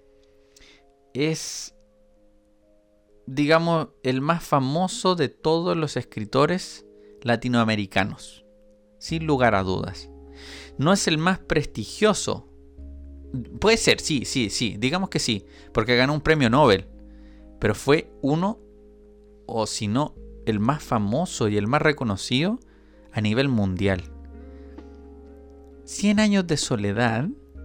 Es, digamos, el más famoso de todos los escritores latinoamericanos, sin lugar a dudas. No es el más prestigioso. Puede ser, sí, digamos que sí, porque ganó un premio Nobel. Pero fue uno, o si no, el más famoso y el más reconocido a nivel mundial. 100 años de soledad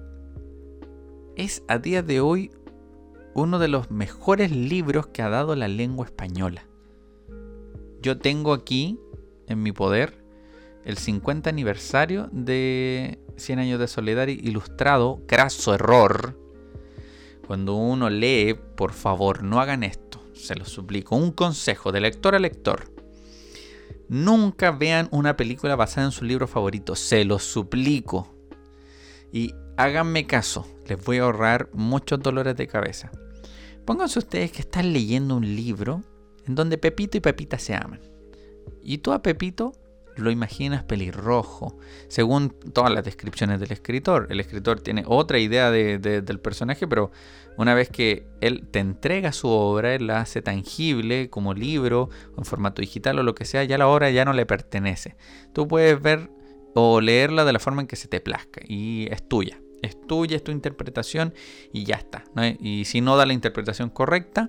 es a día de hoy uno de los mejores libros que ha dado la lengua española. Yo tengo aquí en mi poder el 50 aniversario de 100 años de soledad ilustrado, craso error. Cuando uno lee, por favor, no hagan esto, se los suplico. Un consejo de lector a lector. Nunca vean una película basada en su libro favorito, se los suplico. Y háganme caso, les voy a ahorrar muchos dolores de cabeza. Pónganse ustedes que están leyendo un libro en donde Pepito y Pepita se aman. Y tú a Pepito lo imaginas pelirrojo, según todas las descripciones del escritor. El escritor tiene otra idea del personaje, pero una vez que él te entrega su obra, él la hace tangible como libro, o en formato digital o lo que sea, ya la obra ya no le pertenece. Tú puedes ver o leerla de la forma en que se te plazca y es tuya. Es tuya, es tu interpretación y ya está, ¿no? Y si no da la interpretación correcta,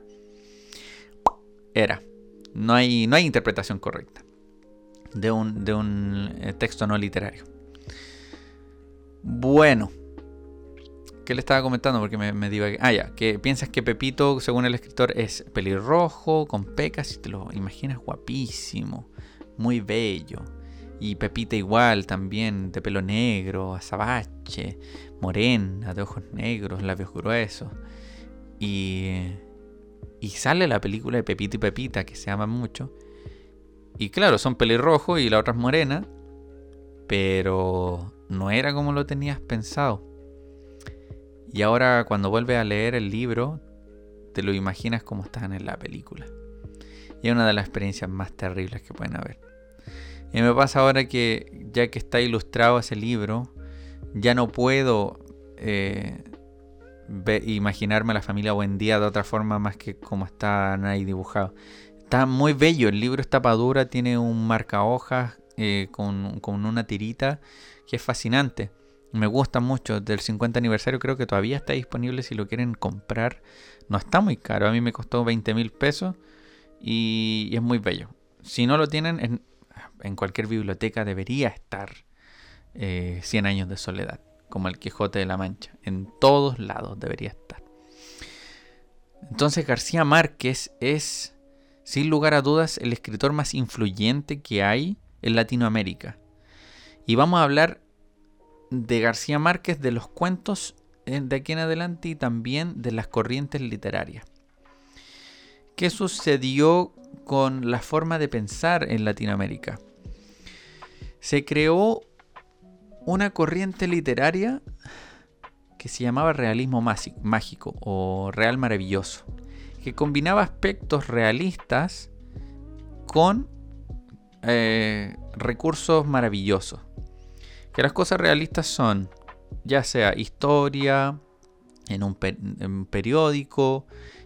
no hay interpretación correcta de un texto no literario. Bueno, ¿qué le estaba comentando? Porque me divagué. Que piensas que Pepito, según el escritor, es pelirrojo, con pecas, y te lo imaginas guapísimo, muy bello. Y Pepita igual, también, de pelo negro, azabache, morena, de ojos negros, labios gruesos. Y sale la película de Pepito y Pepita, que se aman mucho. Y claro, son pelirrojos y la otra es morena, pero no era como lo tenías pensado. Y ahora cuando vuelves a leer el libro, te lo imaginas como están en la película. Y es una de las experiencias más terribles que pueden haber. Y me pasa ahora que ya que está ilustrado ese libro, ya no puedo imaginarme a la familia Buendía de otra forma más que como están ahí dibujados. Está muy bello, el libro es tapa dura, tiene un marca hojas con una tirita que es fascinante. Me gusta mucho. Del 50 aniversario creo que todavía está disponible si lo quieren comprar. No está muy caro. A mí me costó 20.000 pesos y es muy bello. Si no lo tienen, en cualquier biblioteca debería estar 100 años de soledad, como el Quijote de la Mancha. En todos lados debería estar. Entonces García Márquez es, sin lugar a dudas, el escritor más influyente que hay en Latinoamérica. Y vamos a hablar de García Márquez, de los cuentos de aquí en adelante y también de las corrientes literarias. ¿Qué sucedió con la forma de pensar en Latinoamérica? Se creó una corriente literaria que se llamaba realismo mágico o real maravilloso, que combinaba aspectos realistas con recursos maravillosos. Que las cosas realistas son ya sea historia, en un periódico,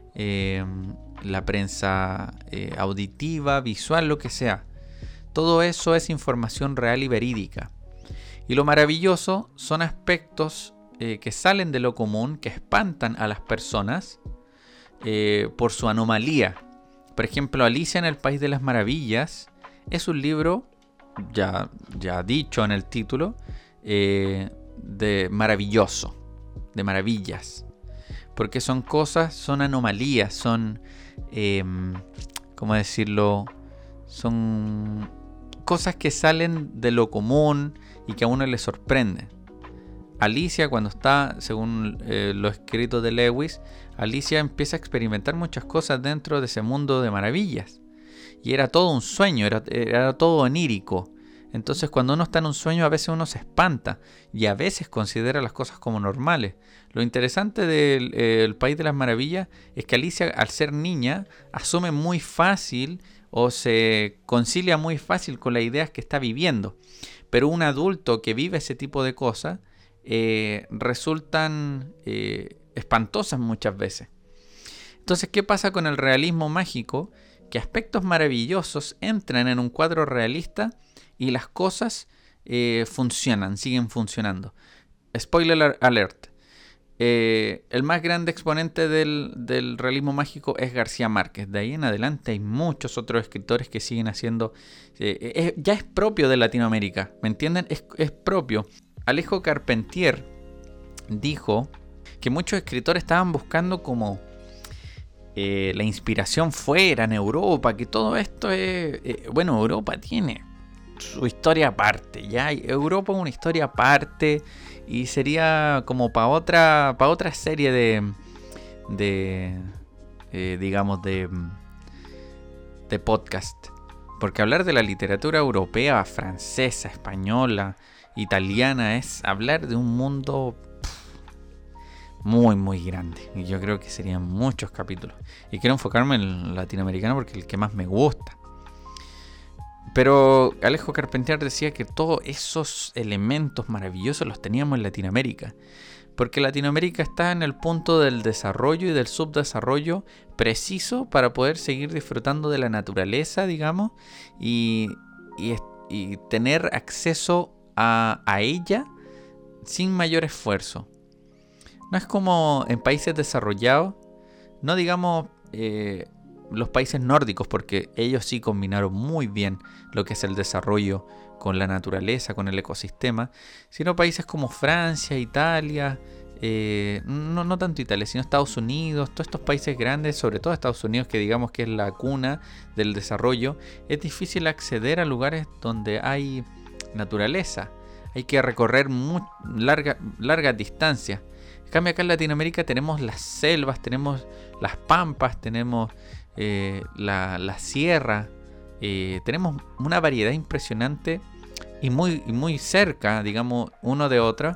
la prensa auditiva, visual, lo que sea. Todo eso es información real y verídica. Y lo maravilloso son aspectos que salen de lo común, que espantan a las personas por su anomalía. Por ejemplo, Alicia en el País de las Maravillas es un libro, ya dicho en el título, de maravilloso, de maravillas. Porque son cosas, son anomalías, son, ¿cómo decirlo? Son cosas que salen de lo común y que a uno le sorprenden. Alicia, cuando está, según los escritos de Lewis, Alicia empieza a experimentar muchas cosas dentro de ese mundo de maravillas. Y era todo un sueño, era todo onírico. Entonces cuando uno está en un sueño a veces uno se espanta y a veces considera las cosas como normales. Lo interesante del País de las Maravillas es que Alicia, al ser niña, asume muy fácil o se concilia muy fácil con las ideas que está viviendo. Pero un adulto que vive ese tipo de cosas resultan espantosas muchas veces. Entonces, ¿qué pasa con el realismo mágico? Que aspectos maravillosos entran en un cuadro realista y las cosas funcionan, siguen funcionando. Spoiler alert. El más grande exponente del realismo mágico es García Márquez. De ahí en adelante hay muchos otros escritores que siguen haciendo... ya es propio de Latinoamérica, ¿me entienden? Es propio. Alejo Carpentier dijo que muchos escritores estaban buscando como la inspiración fuera, en Europa, que todo esto es... bueno, Europa tiene su historia aparte, ¿ya? Europa es una historia aparte y sería como para otra serie digamos, de podcast. Porque hablar de la literatura europea, francesa, española, italiana, es hablar de un mundo muy, muy grande. Y yo creo que serían muchos capítulos. Y quiero enfocarme en el latinoamericano porque es el que más me gusta. Pero Alejo Carpentier decía que todos esos elementos maravillosos los teníamos en Latinoamérica. Porque Latinoamérica está en el punto del desarrollo y del subdesarrollo preciso para poder seguir disfrutando de la naturaleza, digamos, y tener acceso a ella sin mayor esfuerzo. No es como en países desarrollados, no digamos los países nórdicos, porque ellos sí combinaron muy bien lo que es el desarrollo con la naturaleza, con el ecosistema, sino países como Francia, Italia, no tanto Italia, sino Estados Unidos, todos estos países grandes, sobre todo Estados Unidos, que digamos que es la cuna del desarrollo. Es difícil acceder a lugares donde hay naturaleza, hay que recorrer largas distancias. En cambio acá en Latinoamérica tenemos las selvas, tenemos las pampas, tenemos la sierra, tenemos una variedad impresionante y muy cerca, digamos, uno de otro.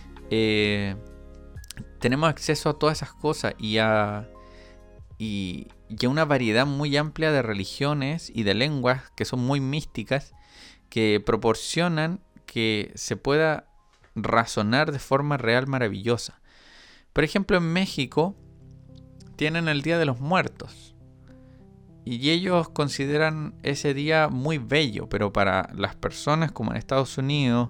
Tenemos acceso a todas esas cosas y a una variedad muy amplia de religiones y de lenguas que son muy místicas, que proporcionan que se pueda razonar de forma real maravillosa. Por ejemplo, en México tienen el Día de los Muertos y ellos consideran ese día muy bello, pero para las personas como en Estados Unidos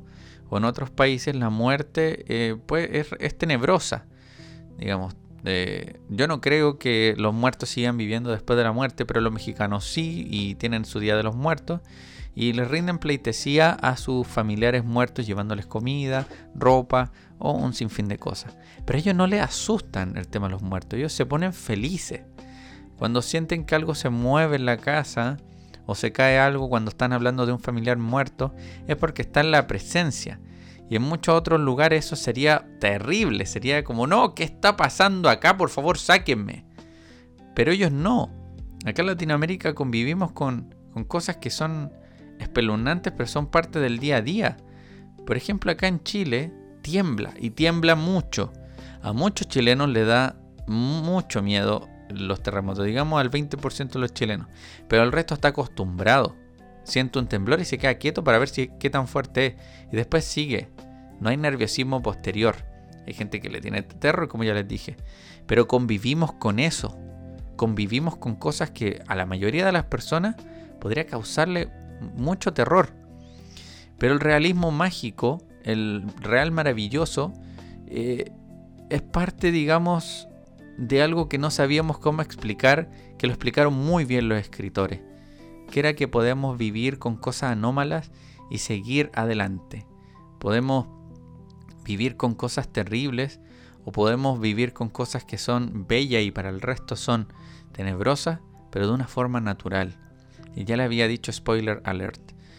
o en otros países la muerte pues es tenebrosa. Digamos, yo no creo que los muertos sigan viviendo después de la muerte, pero los mexicanos sí, y tienen su Día de los Muertos, y les rinden pleitesía a sus familiares muertos llevándoles comida, ropa o un sinfín de cosas. Pero a ellos no les asustan el tema de los muertos, ellos se ponen felices. Cuando sienten que algo se mueve en la casa o se cae algo cuando están hablando de un familiar muerto, es porque está en la presencia. Y en muchos otros lugares eso sería terrible, sería como, no, ¿qué está pasando acá? Por favor, sáquenme. Pero ellos no. Acá en Latinoamérica convivimos con cosas que son espeluznantes, pero son parte del día a día. Por ejemplo, acá en Chile tiembla, y tiembla mucho. A muchos chilenos le da mucho miedo los terremotos, digamos al 20% de los chilenos. Pero el resto está acostumbrado. Siente un temblor y se queda quieto para ver qué tan fuerte es. Y después sigue. No hay nerviosismo posterior. Hay gente que le tiene terror, como ya les dije. Pero convivimos con eso. Convivimos con cosas que a la mayoría de las personas podría causarle mucho terror. Pero el realismo mágico, el real maravilloso, es parte, digamos, de algo que no sabíamos cómo explicar, que lo explicaron muy bien los escritores. Que era que podemos vivir con cosas anómalas y seguir adelante. Podemos vivir con cosas terribles o podemos vivir con cosas que son bellas y para el resto son tenebrosas, pero de una forma natural. Y ya le había dicho spoiler alert.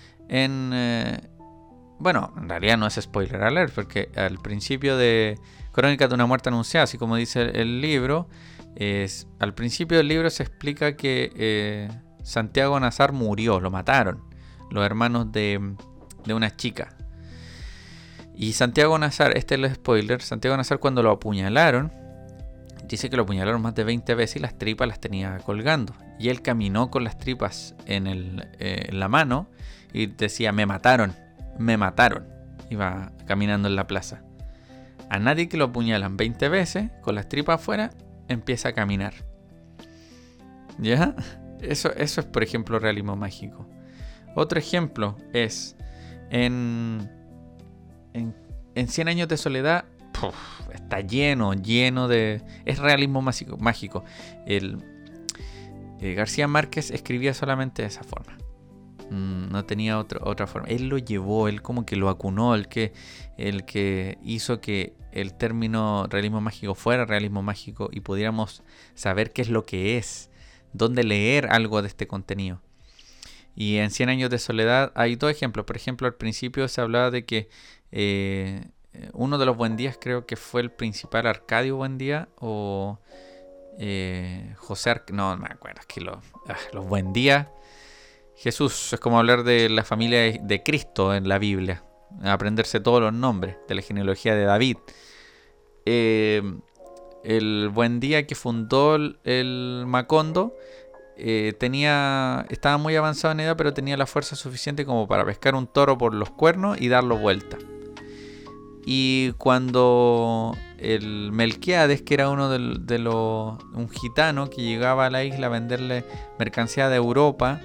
Bueno, en realidad no es spoiler alert, porque al principio de Crónicas de una muerte anunciada, así como dice el libro, al principio del libro se explica que Santiago Nazar murió, lo mataron los hermanos de una chica. Y Santiago Nazar, este es el spoiler, Santiago Nazar cuando lo apuñalaron, dice que lo apuñalaron más de 20 veces y las tripas las tenía colgando. Y él caminó con las tripas en la mano y decía, me mataron. Iba caminando en la plaza. A nadie que lo apuñalan 20 veces, con las tripas afuera, empieza a caminar. ¿Ya? Eso es, por ejemplo, realismo mágico. Otro ejemplo es en 100 años de soledad. Está lleno de... Es realismo mágico. García Márquez escribía solamente de esa forma. No tenía otra forma. Él lo llevó, él como que lo acunó, el que hizo que el término realismo mágico fuera realismo mágico y pudiéramos saber qué es lo que es, dónde leer algo de este contenido. Y en 100 años de soledad hay dos ejemplos. Por ejemplo, al principio se hablaba de que uno de los Buendías, creo que fue el principal, Arcadio Buendía o José no me acuerdo, es que los Buendía. Jesús, es como hablar de la familia de Cristo en la Biblia, aprenderse todos los nombres de la genealogía de David. El Buendía que fundó el Macondo estaba muy avanzado en edad, pero tenía la fuerza suficiente como para pescar un toro por los cuernos y darlo vuelta. Y cuando el Melquiades, que era uno un gitano que llegaba a la isla a venderle mercancía de Europa,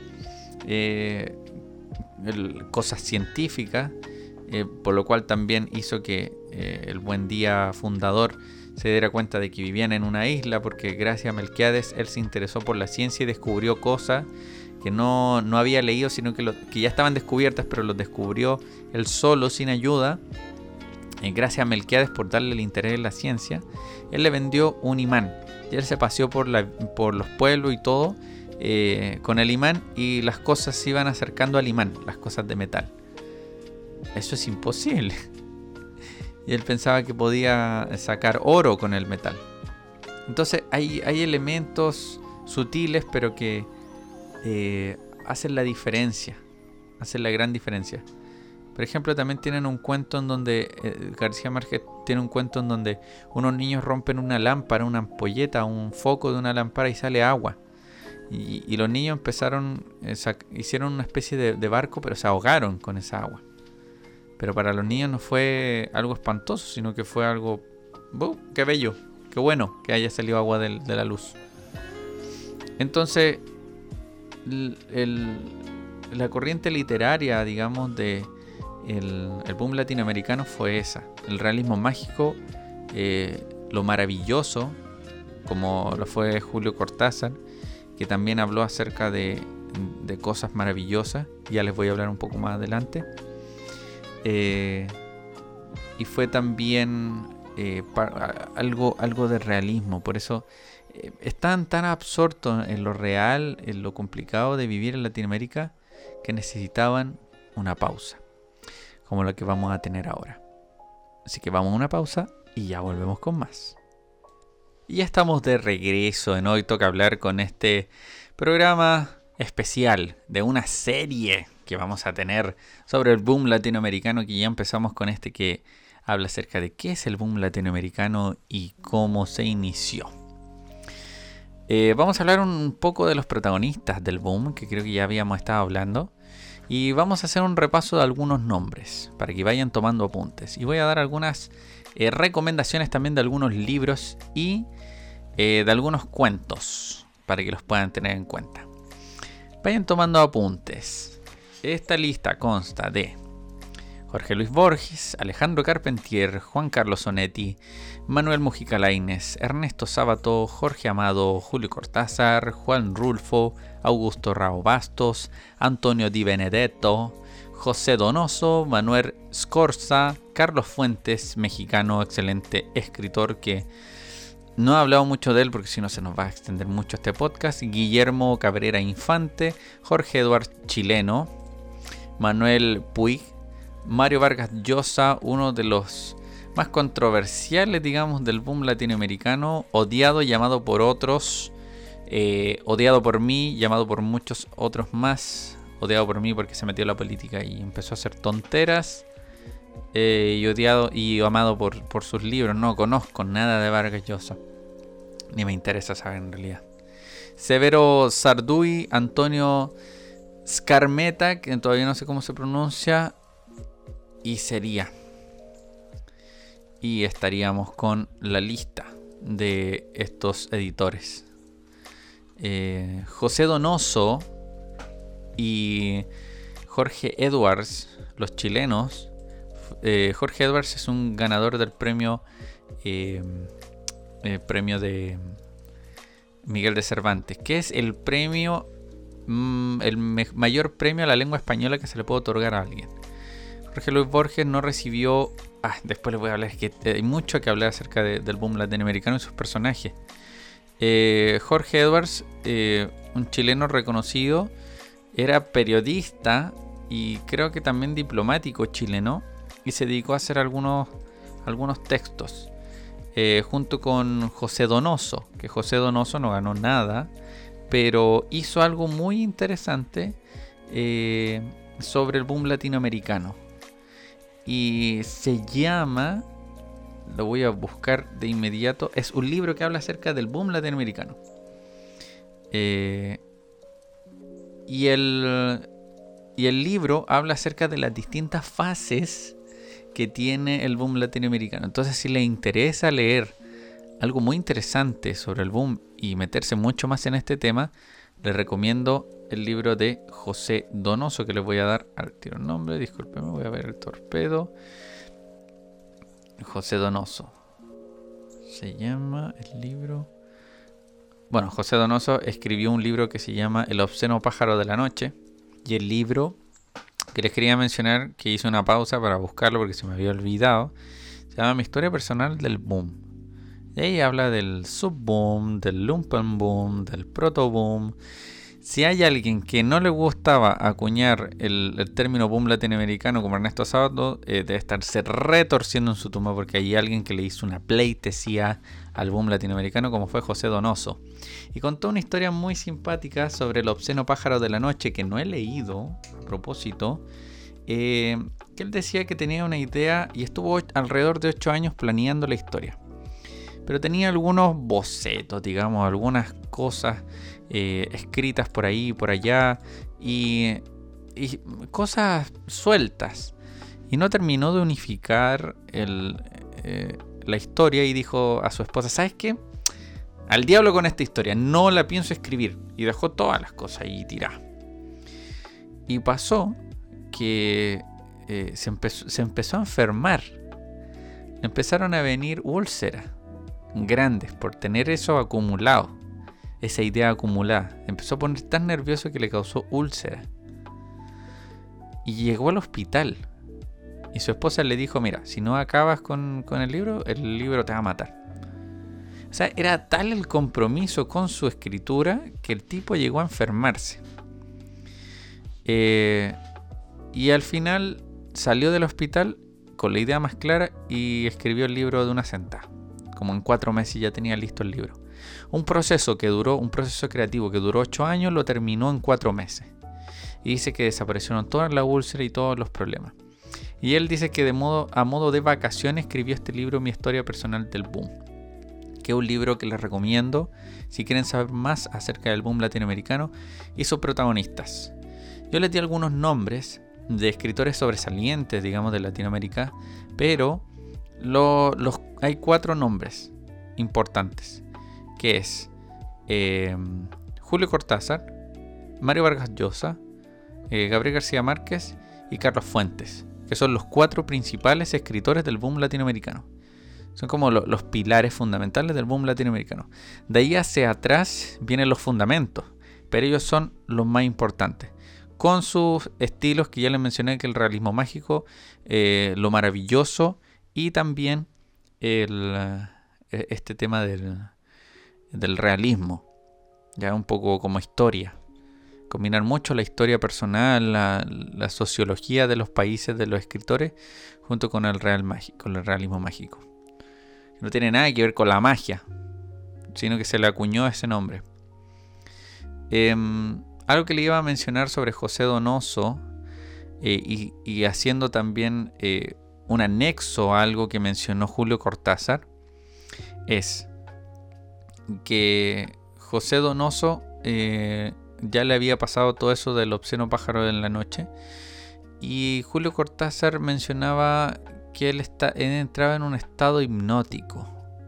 cosas científicas, por lo cual también hizo que el Buendía fundador se diera cuenta de que vivían en una isla, porque gracias a Melquiades él se interesó por la ciencia y descubrió cosas que no había leído, sino que ya estaban descubiertas, pero los descubrió él solo, sin ayuda. Gracias a Melquiades por darle el interés en la ciencia, él le vendió un imán y él se paseó por los pueblos y todo con el imán, y las cosas se iban acercando al imán, las cosas de metal. Eso es imposible. Y él pensaba que podía sacar oro con el metal. Entonces hay elementos sutiles, pero que hacen la diferencia, hacen la gran diferencia. Por ejemplo, también tienen un cuento en donde García Márquez tiene un cuento en donde unos niños rompen una lámpara, una ampolleta, un foco de una lámpara y sale agua. Y los niños hicieron una especie de barco, pero se ahogaron con esa agua. Pero para los niños no fue algo espantoso, sino que fue algo... ¡Qué bello! ¡Qué bueno que haya salido agua de la luz! Entonces, la corriente literaria, digamos, de el boom latinoamericano fue esa. El realismo mágico, lo maravilloso, como lo fue Julio Cortázar, que también habló acerca de cosas maravillosas. Ya les voy a hablar un poco más adelante. Y fue también algo de realismo. Por eso están tan absortos en lo real, en lo complicado de vivir en Latinoamérica, que necesitaban una pausa, como la que vamos a tener ahora. Así que vamos a una pausa y ya volvemos con más. Y ya estamos de regreso en Hoy Toca Hablar con este programa especial de una serie que vamos a tener sobre el boom latinoamericano, que ya empezamos con este que habla acerca de qué es el boom latinoamericano y cómo se inició. Vamos a hablar un poco de los protagonistas del boom, que creo que ya habíamos estado hablando. Y vamos a hacer un repaso de algunos nombres para que vayan tomando apuntes. Y voy a dar algunas recomendaciones también de algunos libros y de algunos cuentos para que los puedan tener en cuenta. Vayan tomando apuntes. Esta lista consta de Jorge Luis Borges, Alejandro Carpentier, Juan Carlos Onetti, Manuel Mujica Lainez, Ernesto Sábato, Jorge Amado, Julio Cortázar, Juan Rulfo, Augusto Rao Bastos, Antonio Di Benedetto, José Donoso, Manuel Scorza, Carlos Fuentes, mexicano, excelente escritor que no he hablado mucho de él porque si no se nos va a extender mucho este podcast, Guillermo Cabrera Infante, Jorge Eduard chileno, Manuel Puig, Mario Vargas Llosa, uno de los más controversiales, digamos, del boom latinoamericano, odiado, llamado por otros, odiado por mí, llamado por muchos otros más, odiado por mí porque se metió en la política y empezó a hacer tonteras, y odiado y amado por sus libros. No conozco nada de Vargas Llosa, ni me interesa saber en realidad. Severo Sarduy, Antonio Scarmeta, que todavía no sé cómo se pronuncia, y sería. Y estaríamos con la lista de estos editores. José Donoso y Jorge Edwards, los chilenos. Jorge Edwards es un ganador del premio de Miguel de Cervantes, que es el premio, el mayor premio a la lengua española que se le puede otorgar a alguien. Jorge Luis Borges no recibió... después les voy a hablar, es que hay mucho que hablar acerca del boom latinoamericano y sus personajes. Jorge Edwards, un chileno reconocido, era periodista y creo que también diplomático chileno, y se dedicó a hacer algunos textos, junto con José Donoso, que José Donoso no ganó nada, pero hizo algo muy interesante sobre el boom latinoamericano. Y se llama, lo voy a buscar de inmediato, es un libro que habla acerca del boom latinoamericano. Y el libro habla acerca de las distintas fases que tiene el boom latinoamericano. Entonces, si les interesa leer algo muy interesante sobre el boom y meterse mucho más en este tema, les recomiendo el libro de José Donoso, que les voy a dar al tiro el nombre. Discúlpenme, voy a ver el torpedo. José Donoso. Se llama el libro... Bueno, José Donoso escribió un libro que se llama El obsceno pájaro de la noche. Y el libro que les quería mencionar, que hice una pausa para buscarlo porque se me había olvidado, se llama Mi historia personal del boom. Y ahí habla del subboom, del lumpenboom, del protoboom. Si hay alguien que no le gustaba acuñar el término boom latinoamericano como Ernesto Sábato, debe estarse retorciendo en su tumba, porque hay alguien que le hizo una pleitesía al boom latinoamericano, como fue José Donoso. Y contó una historia muy simpática sobre el obsceno pájaro de la noche, que no he leído a propósito, que él decía que tenía una idea y estuvo alrededor de 8 años planeando la historia. Pero tenía algunos bocetos, digamos, algunas cosas escritas por ahí y por allá, y cosas sueltas. Y no terminó de unificar la historia, y dijo a su esposa: ¿sabes qué? Al diablo con esta historia, no la pienso escribir. Y dejó todas las cosas ahí tiradas. Y pasó que se empezó a enfermar. Le empezaron a venir úlceras grandes por tener eso acumulado, esa idea acumulada. Empezó a poner tan nervioso que le causó úlceras. Y llegó al hospital. Y su esposa le dijo, mira, si no acabas con el libro te va a matar. O sea, era tal el compromiso con su escritura que el tipo llegó a enfermarse. Y al final salió del hospital con la idea más clara y escribió el libro de una sentada. Como en 4 meses ya tenía listo el libro. Un proceso creativo que duró 8 años, lo terminó en 4 meses. Y dice que desaparecieron todas las úlceras y todos los problemas. Y él dice que a modo de vacaciones escribió este libro, Mi historia personal del boom. Que es un libro que les recomiendo si quieren saber más acerca del boom latinoamericano y sus protagonistas. Yo les di algunos nombres de escritores sobresalientes, digamos, de Latinoamérica, pero hay 4 nombres importantes, que es Julio Cortázar, Mario Vargas Llosa, Gabriel García Márquez y Carlos Fuentes, que son los 4 principales escritores del boom latinoamericano. Son como los pilares fundamentales del boom latinoamericano. De ahí hacia atrás vienen los fundamentos, pero ellos son los más importantes. Con sus estilos que ya les mencioné, que el realismo mágico, lo maravilloso y también este tema del realismo, ya un poco como historia. Combinar mucho la historia personal, la sociología de los países, de los escritores, junto con el realismo mágico. No tiene nada que ver con la magia, sino que se le acuñó ese nombre. Algo que le iba a mencionar sobre José Donoso, y haciendo también un anexo a algo que mencionó Julio Cortázar, es que José Donoso ya le había pasado todo eso del obsceno pájaro en la noche, y Julio Cortázar mencionaba que él entraba en un estado hipnótico.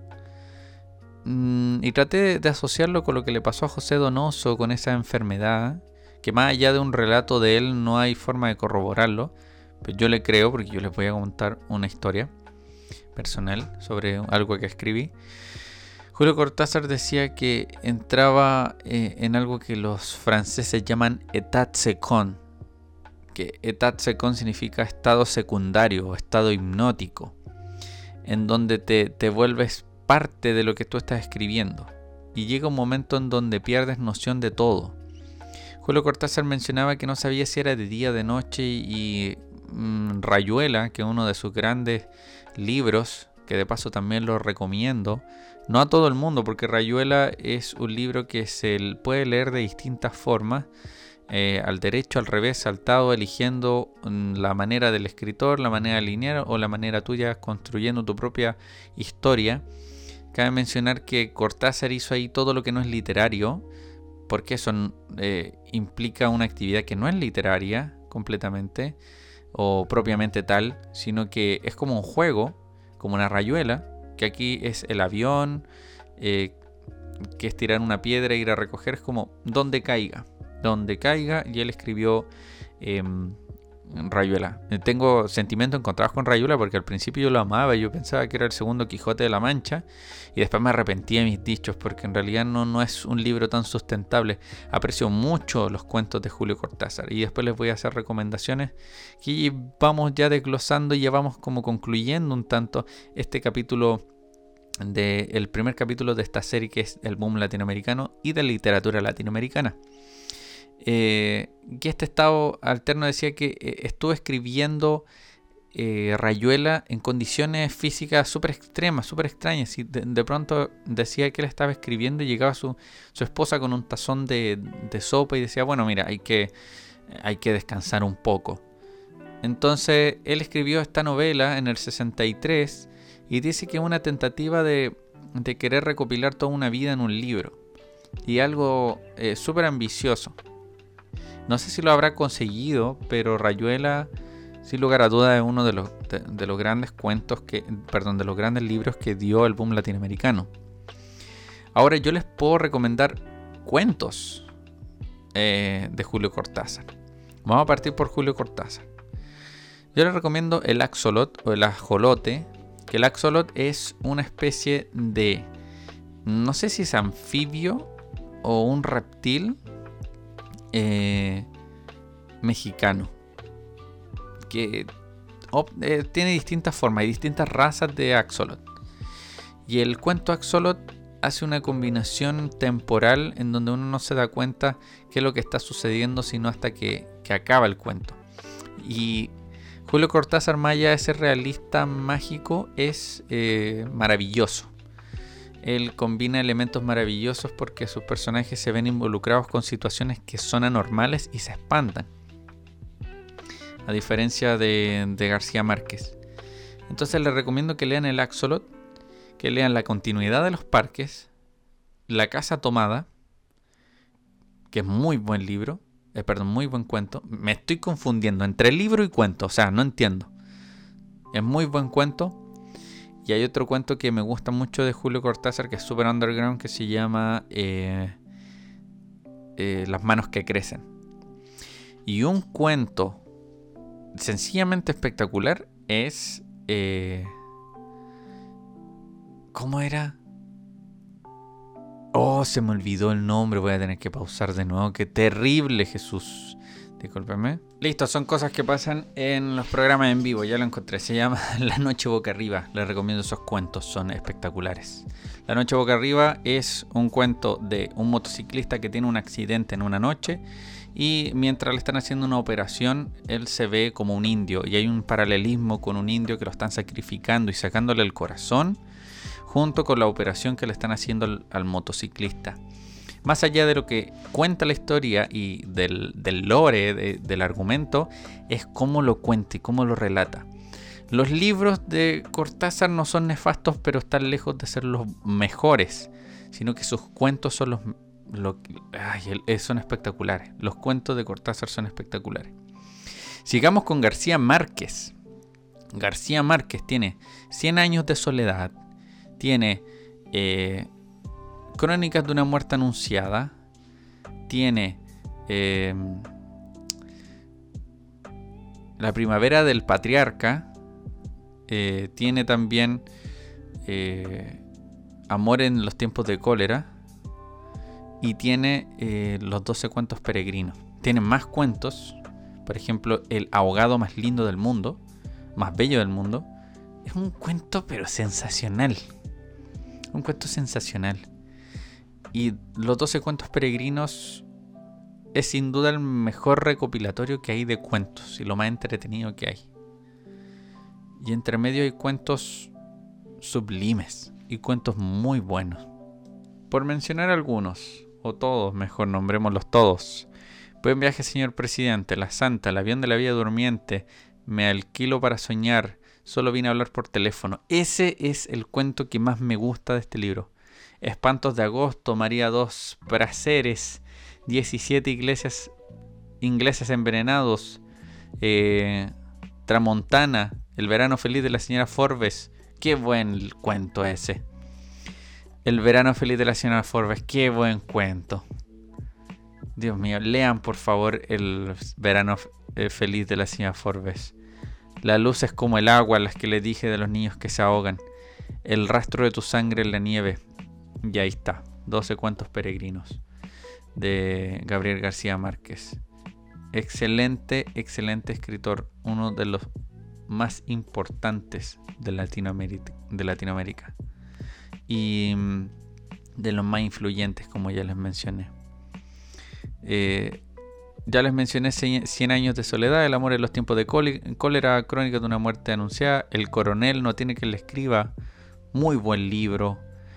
Y traté de asociarlo con lo que le pasó a José Donoso, con esa enfermedad, que más allá de un relato de él no hay forma de corroborarlo, pero yo le creo porque yo les voy a contar una historia personal sobre algo que escribí. Julio Cortázar decía que entraba en algo que los franceses llaman état second, que état second significa estado secundario o estado hipnótico, en donde te vuelves parte de lo que tú estás escribiendo y llega un momento en donde pierdes noción de todo. Julio Cortázar mencionaba que no sabía si era de día o de noche, y Rayuela, que es uno de sus grandes libros, que de paso también lo recomiendo, no a todo el mundo, porque Rayuela es un libro que se puede leer de distintas formas, al derecho, al revés, saltado, eligiendo la manera del escritor, la manera lineal o la manera tuya, construyendo tu propia historia. Cabe mencionar que Cortázar hizo ahí todo lo que no es literario, porque eso implica una actividad que no es literaria completamente o propiamente tal, sino que es como un juego, como una rayuela, que aquí es el avión, que es tirar una piedra e ir a recoger, es como donde caiga, y él escribió Rayuela. Tengo sentimientos encontrados con Rayuela porque al principio yo lo amaba, yo pensaba que era el segundo Quijote de la Mancha, y después me arrepentí de mis dichos porque en realidad no es un libro tan sustentable. Aprecio mucho los cuentos de Julio Cortázar y después les voy a hacer recomendaciones que vamos ya desglosando y ya vamos como concluyendo un tanto este capítulo, el primer capítulo de esta serie, que es el boom latinoamericano y de la literatura latinoamericana. Que este estado alterno decía que estuvo escribiendo Rayuela en condiciones físicas súper extremas, súper extrañas, y de pronto decía que él estaba escribiendo y llegaba su esposa con un tazón de sopa y decía, bueno, mira, hay que descansar un poco. Entonces él escribió esta novela en el 63 y dice que es una tentativa de querer recopilar toda una vida en un libro, y algo súper ambicioso. No sé si lo habrá conseguido, pero Rayuela, sin lugar a duda, es uno de los grandes de los grandes libros que dio el boom latinoamericano. Ahora yo les puedo recomendar cuentos de Julio Cortázar. Vamos a partir por Julio Cortázar. Yo les recomiendo el axolot o el ajolote, que el axolot es una especie de, no sé si es anfibio o un reptil mexicano, que tiene distintas formas y distintas razas de axolot. Y el cuento axolot hace una combinación temporal en donde uno no se da cuenta qué es lo que está sucediendo sino hasta que acaba el cuento. Y Julio Cortázar Maya, ese realista mágico, es maravilloso. Él combina elementos maravillosos porque sus personajes se ven involucrados con situaciones que son anormales y se espantan. A diferencia de García Márquez. Entonces les recomiendo que lean El Axolot, que lean La continuidad de los parques, La casa tomada, que es muy buen libro, muy buen cuento. Me estoy confundiendo entre libro y cuento, o sea, no entiendo. Es muy buen cuento. Y hay otro cuento que me gusta mucho de Julio Cortázar, que es super underground, que se llama Las manos que crecen. Y un cuento sencillamente espectacular es... ¿cómo era? Oh, se me olvidó el nombre. Voy a tener que pausar de nuevo. ¡Qué terrible, Jesús! Discúlpeme. Listo, son cosas que pasan en los programas en vivo. Ya lo encontré. Se llama La noche boca arriba. Les recomiendo esos cuentos. Son espectaculares. La noche boca arriba es un cuento de un motociclista que tiene un accidente en una noche. Y mientras le están haciendo una operación, él se ve como un indio. Y hay un paralelismo con un indio que lo están sacrificando y sacándole el corazón, junto con la operación que le están haciendo al motociclista. Más allá de lo que cuenta la historia y del lore, del argumento, es cómo lo cuenta y cómo lo relata. Los libros de Cortázar no son nefastos, pero están lejos de ser los mejores, sino que sus cuentos son son espectaculares. Los cuentos de Cortázar son espectaculares. Sigamos con García Márquez. García Márquez tiene 100 años de soledad, tiene Crónicas de una muerte anunciada, tiene La primavera del patriarca, tiene también Amor en los tiempos de cólera y tiene Los 12 cuentos peregrinos. Tiene más cuentos, por ejemplo, El ahogado más lindo del mundo, más bello del mundo. Es un cuento pero sensacional. Un cuento sensacional. Y Los 12 cuentos peregrinos es sin duda el mejor recopilatorio que hay de cuentos y lo más entretenido que hay. Y entre medio hay cuentos sublimes y cuentos muy buenos. Por mencionar algunos, o todos, mejor nombrémoslos todos. Buen viaje, señor presidente, La Santa, El avión de la Vía Durmiente, Me alquilo para soñar, Solo vine a hablar por teléfono. Ese es el cuento que más me gusta de este libro. Espantos de agosto, María II, Prazeres, 17 iglesias ingleses envenenados, Tramontana, El verano feliz de la señora Forbes. Qué buen cuento ese. El verano feliz de la señora Forbes. Qué buen cuento. Dios mío, lean por favor El verano feliz de la señora Forbes. La luz es como el agua, las que le dije de los niños que se ahogan. El rastro de tu sangre en la nieve. Y ahí está, 12 cuentos peregrinos de Gabriel García Márquez. Excelente, excelente escritor. Uno de los más importantes de Latinoamérica. Y de los más influyentes, como ya les mencioné. Ya les mencioné 100 años de soledad, El amor en los tiempos de cólera, Crónicas de una muerte anunciada, El coronel no tiene que le escriba. Muy buen libro.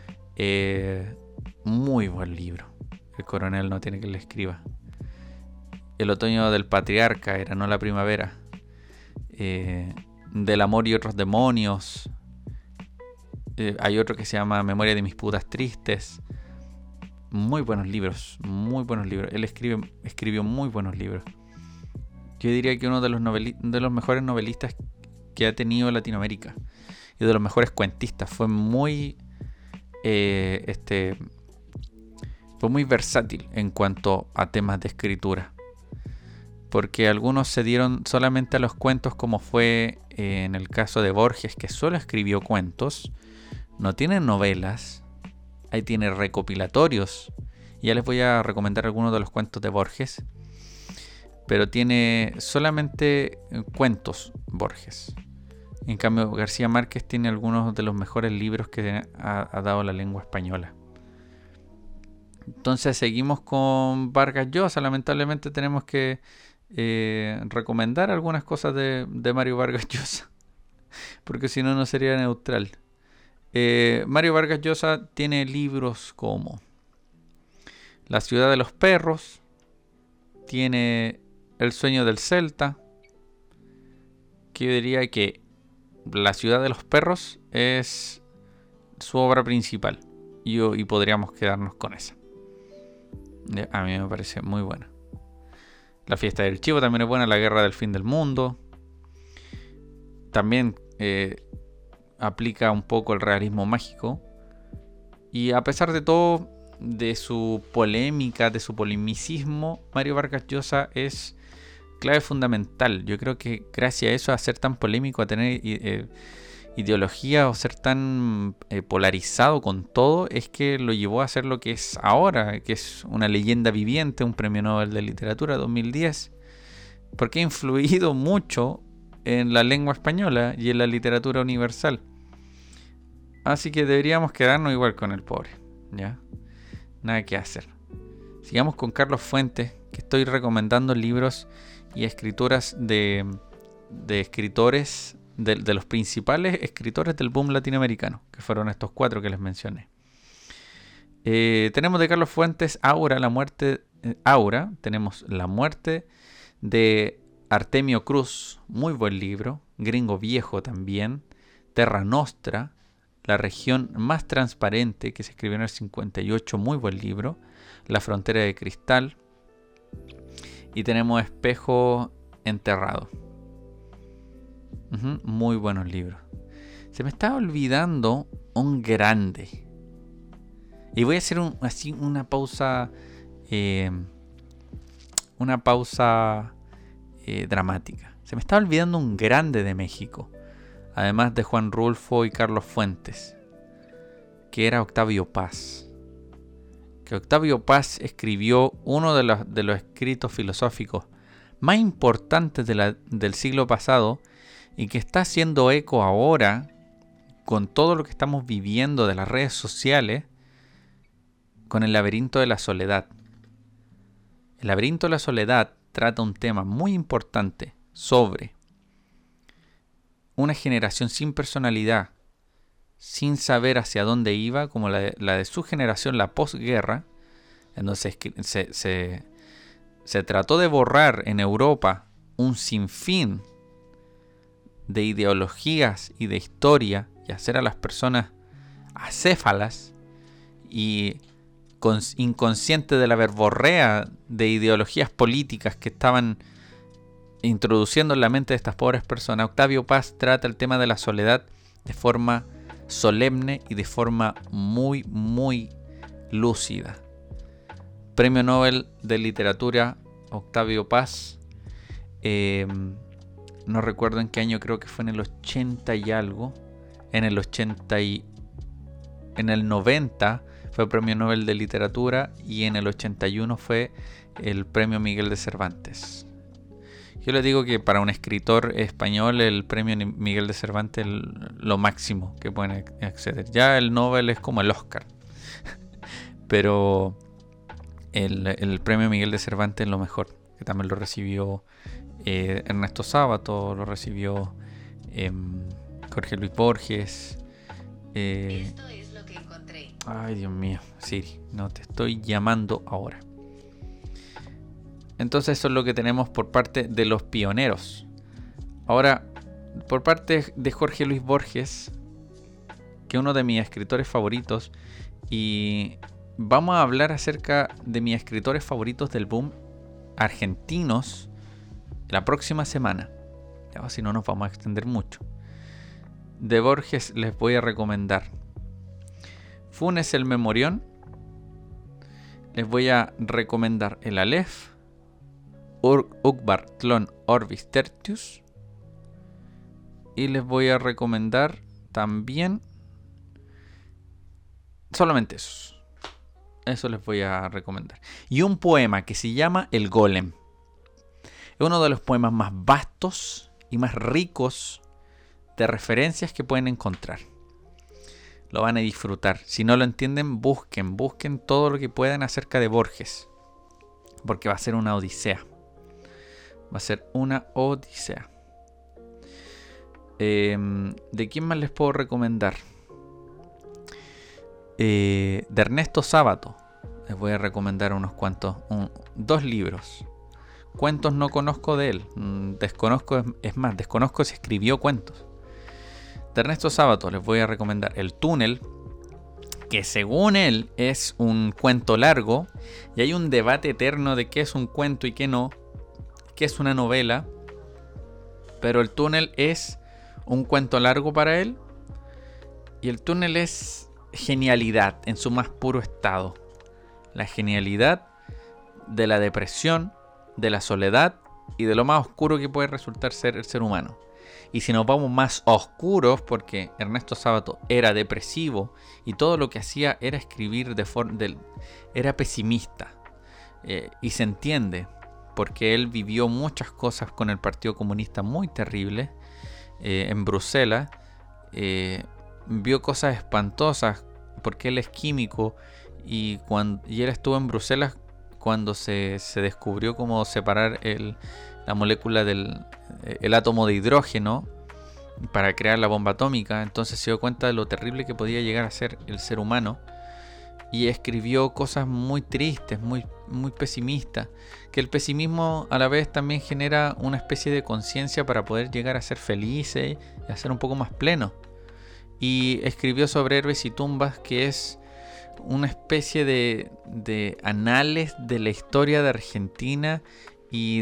Muy buen libro. El coronel no tiene que le escriba. El otoño del patriarca era, no la primavera. Del amor y otros demonios. Hay otro que se llama Memoria de mis putas tristes. Muy buenos libros, muy buenos libros. Él escribió muy buenos libros. Yo diría que uno de los mejores novelistas que ha tenido Latinoamérica y de los mejores cuentistas. Fue muy versátil en cuanto a temas de escritura. porque algunos se dieron solamente a los cuentos, como fue en el caso de Borges, que solo escribió cuentos, no tiene novelas, ahí tiene recopilatorios. Ya les voy a recomendar algunos de los cuentos de Borges, pero tiene solamente cuentos Borges. En cambio, García Márquez tiene algunos de los mejores libros que ha dado la lengua española. Entonces seguimos con Vargas Llosa. Lamentablemente tenemos que recomendar algunas cosas de Mario Vargas Llosa, porque si no, no sería neutral. Mario Vargas Llosa tiene libros como La ciudad de los perros, tiene El sueño del Celta, que yo diría que La ciudad de los perros es su obra principal y podríamos quedarnos con esa. A mí me parece muy buena. La fiesta del chivo también es buena. La guerra del fin del mundo también aplica un poco el realismo mágico. Y a pesar de todo, de su polémica, de su polemicismo, Mario Vargas Llosa es clave fundamental. Yo creo que gracias a eso, a ser tan polémico, a tener ideología o ser tan polarizado con todo, es que lo llevó a ser lo que es ahora, que es una leyenda viviente, un premio Nobel de Literatura 2010, porque ha influido mucho en la lengua española y en la literatura universal. Así que deberíamos quedarnos igual con el pobre, ¿ya? Nada que hacer. Sigamos con Carlos Fuentes, que estoy recomendando libros y escrituras de escritores, de los principales escritores del boom latinoamericano, que fueron estos 4 que les mencioné. Tenemos de Carlos Fuentes Aura, tenemos La muerte de Artemio Cruz, muy buen libro. Gringo Viejo también. Terra Nostra, La región más transparente, que se escribió en el 58, muy buen libro. La frontera de cristal. Y tenemos Espejo enterrado. Muy buenos libros. Se me estaba olvidando un grande. Y voy a hacer una pausa. Dramática. Se me estaba olvidando un grande de México. Además de Juan Rulfo y Carlos Fuentes. Que era Octavio Paz. Que Octavio Paz escribió uno de los escritos filosóficos más importantes del siglo pasado. Y que está haciendo eco ahora con todo lo que estamos viviendo de las redes sociales, con El laberinto de la soledad. El laberinto de la soledad trata un tema muy importante sobre una generación sin personalidad, sin saber hacia dónde iba, como la de su generación, la posguerra. Entonces se trató de borrar en Europa un sinfín de ideologías y de historia y hacer a las personas acéfalas y inconscientes de la verborrea de ideologías políticas que estaban introduciendo en la mente de estas pobres personas. Octavio Paz trata el tema de la soledad de forma solemne y de forma muy, muy lúcida. Premio Nobel de Literatura Octavio Paz. No recuerdo en qué año, creo que fue en el 80 y algo. En el 90 fue Premio Nobel de Literatura y en el 81 fue el Premio Miguel de Cervantes. Yo les digo que para un escritor español el Premio Miguel de Cervantes es lo máximo que pueden acceder. Ya el Nobel es como el Oscar. Pero el Premio Miguel de Cervantes es lo mejor, que también lo recibió Ernesto Sábato, lo recibió Jorge Luis Borges. Esto es lo que encontré. Ay, Dios mío, Siri, no te estoy llamando ahora. Entonces eso es lo que tenemos por parte de los pioneros. Ahora, por parte de Jorge Luis Borges, que es uno de mis escritores favoritos, y vamos a hablar acerca de mis escritores favoritos del boom argentinos la próxima semana. Ya, si no nos vamos a extender mucho. De Borges les voy a recomendar Funes el Memorión. Les voy a recomendar El Aleph, Uqbar Tlön Orbis Tertius. Y les voy a recomendar también solamente esos. Eso les voy a recomendar. Y un poema que se llama El Golem. Es uno de los poemas más vastos y más ricos de referencias que pueden encontrar. Lo van a disfrutar. Si no lo entienden, busquen todo lo que puedan acerca de Borges. Porque va a ser una odisea. Va a ser una odisea. ¿De quién más les puedo recomendar? De Ernesto Sábato. Les voy a recomendar unos cuantos. 2 libros. Cuentos no conozco de él. Desconozco si escribió cuentos. De Ernesto Sábato les voy a recomendar El Túnel, que según él es un cuento largo, y hay un debate eterno de qué es un cuento y qué no, qué es una novela, pero El Túnel es un cuento largo para él, y El Túnel es genialidad en su más puro estado. La genialidad de la depresión, de la soledad y de lo más oscuro que puede resultar ser el ser humano. Y si nos vamos más oscuros, porque Ernesto Sábato era depresivo y todo lo que hacía era escribir era pesimista. Y se entiende, porque él vivió muchas cosas con el Partido Comunista muy terribles en Bruselas. Vio cosas espantosas, porque él es químico y él estuvo en Bruselas cuando se descubrió cómo separar la molécula el átomo de hidrógeno para crear la bomba atómica. Entonces se dio cuenta de lo terrible que podía llegar a ser el ser humano y escribió cosas muy tristes, muy, muy pesimistas, que el pesimismo a la vez también genera una especie de conciencia para poder llegar a ser felices y a ser un poco más pleno. Y escribió sobre Héroes y Tumbas, que es una especie de anales de la historia de Argentina y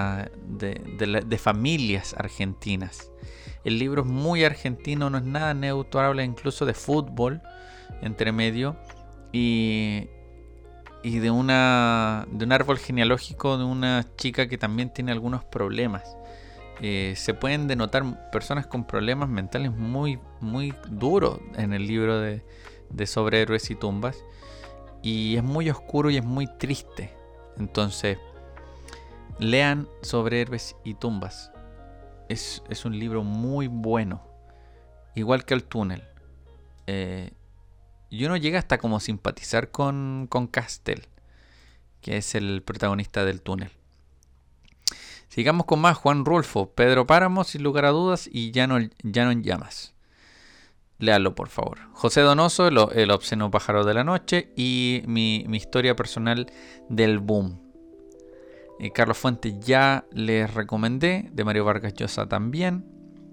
de familias argentinas. El libro es muy argentino, no es nada neutro, habla incluso de fútbol entre medio y de un árbol genealógico de una chica que también tiene algunos problemas. Se pueden denotar personas con problemas mentales muy, muy duros en el libro de Sobre Héroes y Tumbas, y es muy oscuro y es muy triste. Entonces lean Sobre Héroes y Tumbas. Es un libro muy bueno, igual que El Túnel. Y uno llega hasta como simpatizar con Castel, que es el protagonista del Túnel. Sigamos con más. Juan Rulfo, Pedro Páramo, sin lugar a dudas, y Llano en Llamas. Léalo, por favor. José Donoso, El obsceno pájaro de la noche, y mi historia personal del boom. Carlos Fuentes ya les recomendé, de Mario Vargas Llosa también.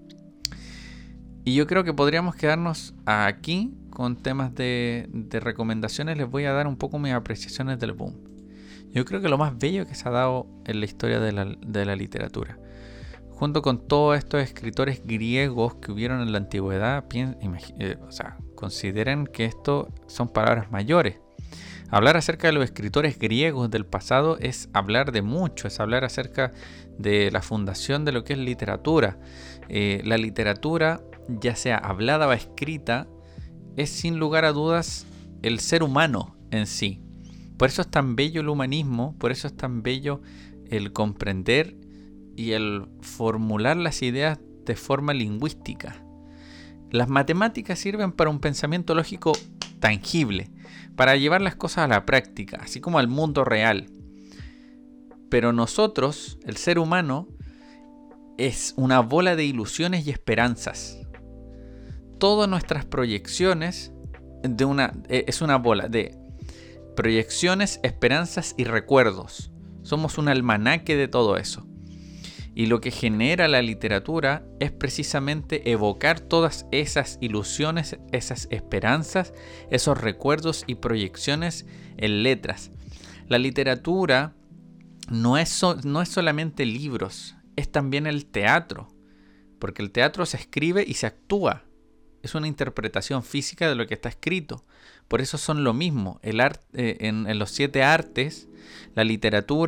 Y yo creo que podríamos quedarnos aquí con temas de recomendaciones. Les voy a dar un poco mis apreciaciones del boom. Yo creo que lo más bello que se ha dado en la historia de la literatura, junto con todos estos escritores griegos que hubieron en la antigüedad, consideren que esto son palabras mayores. Hablar acerca de los escritores griegos del pasado es hablar de mucho, es hablar acerca de la fundación de lo que es literatura. La literatura, ya sea hablada o escrita, es sin lugar a dudas el ser humano en sí. Por eso es tan bello el humanismo, por eso es tan bello el comprender y el formular las ideas de forma lingüística. Las matemáticas sirven para un pensamiento lógico tangible, para llevar las cosas a la práctica, así como al mundo real. Pero nosotros, el ser humano, es una bola de ilusiones y esperanzas. Todas nuestras proyecciones es una bola de proyecciones, esperanzas y recuerdos. Somos un almanaque de todo eso. Y lo que genera la literatura es precisamente evocar todas esas ilusiones, esas esperanzas, esos recuerdos y proyecciones en letras. La literatura no es solamente libros, es también el teatro. Porque el teatro se escribe y se actúa. Es una interpretación física de lo que está escrito. Por eso son lo mismo. En los 7 artes, la literatura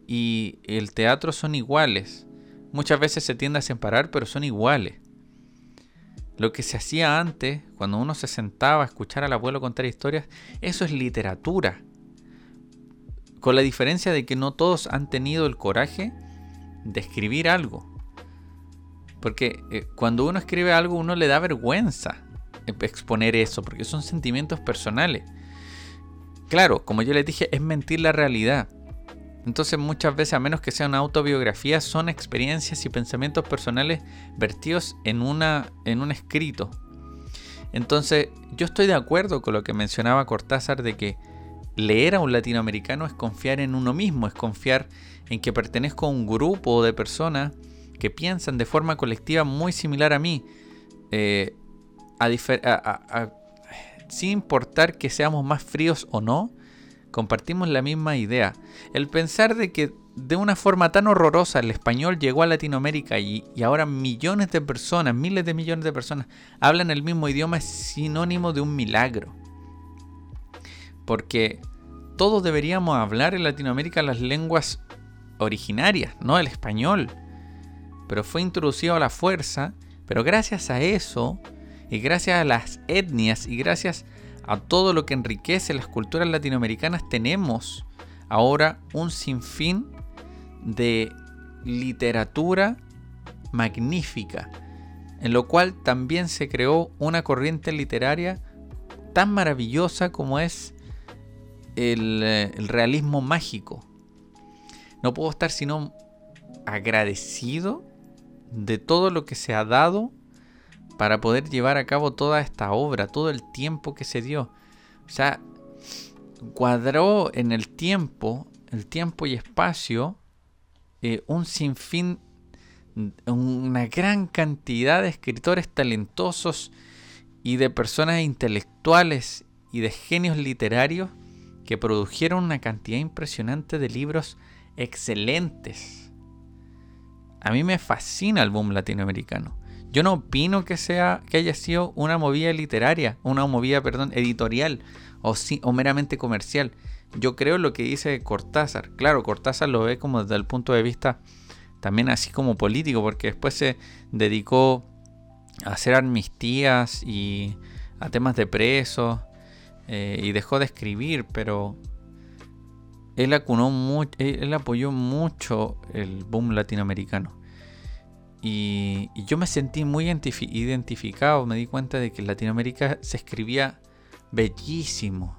y el teatro son iguales. Muchas veces se tiende a separar, pero son iguales. Lo que se hacía antes, cuando uno se sentaba a escuchar al abuelo contar historias, eso es literatura. Con la diferencia de que no todos han tenido el coraje de escribir algo. Porque cuando uno escribe algo, uno le da vergüenza exponer eso, porque son sentimientos personales. Claro, como yo les dije, es mentir la realidad. Entonces muchas veces, a menos que sea una autobiografía, son experiencias y pensamientos personales vertidos en un escrito. Entonces yo estoy de acuerdo con lo que mencionaba Cortázar, de que leer a un latinoamericano es confiar en uno mismo, es confiar en que pertenezco a un grupo de personas que piensan de forma colectiva muy similar a mí, sin importar que seamos más fríos o no, compartimos la misma idea. El pensar de que de una forma tan horrorosa el español llegó a Latinoamérica y ahora millones de personas, miles de millones de personas hablan el mismo idioma es sinónimo de un milagro. Porque todos deberíamos hablar en Latinoamérica las lenguas originarias, no el español. Pero fue introducido a la fuerza, pero gracias a eso, y gracias a las etnias, y gracias a todo lo que enriquece las culturas latinoamericanas, tenemos ahora un sinfín de literatura magnífica, en lo cual también se creó una corriente literaria tan maravillosa como es el realismo mágico. No puedo estar sino agradecido de todo lo que se ha dado para poder llevar a cabo toda esta obra, todo el tiempo que se dio. O sea, cuadró en el tiempo y espacio, un sinfín, una gran cantidad de escritores talentosos y de personas intelectuales y de genios literarios que produjeron una cantidad impresionante de libros excelentes. A mí me fascina el boom latinoamericano. Yo no opino que haya sido una movida literaria, editorial o meramente comercial. Yo creo lo que dice Cortázar. Claro, Cortázar lo ve como desde el punto de vista también así como político, porque después se dedicó a hacer amnistías y a temas de presos, y dejó de escribir, pero él apoyó mucho el boom latinoamericano. Y yo me sentí muy identificado. Me di cuenta de que en Latinoamérica se escribía bellísimo.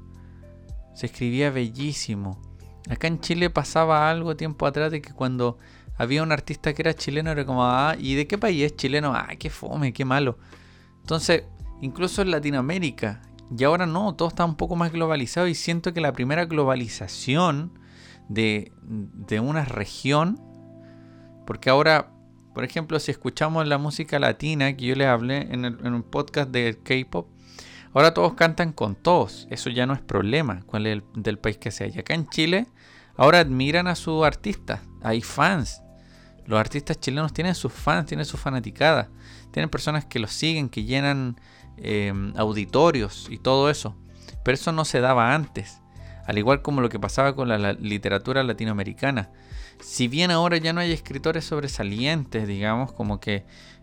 Acá en Chile pasaba algo tiempo atrás de que cuando había un artista que era chileno era como, ¿y de qué país es chileno? Qué fome, qué malo. Entonces, incluso en Latinoamérica, y ahora no, todo está un poco más globalizado, y siento que la primera globalización de una región, porque ahora, por ejemplo, si escuchamos la música latina, que yo les hablé en un podcast de K-pop, ahora todos cantan con todos. Eso ya no es problema, cuál es del país que sea. Y acá en Chile, ahora admiran a sus artistas. Hay fans. Los artistas chilenos tienen sus fans, tienen sus fanaticadas. Tienen personas que los siguen, que llenan auditorios y todo eso. Pero eso no se daba antes. Al igual como lo que pasaba con la literatura latinoamericana. Si bien ahora ya no hay escritores sobresalientes, digamos, como que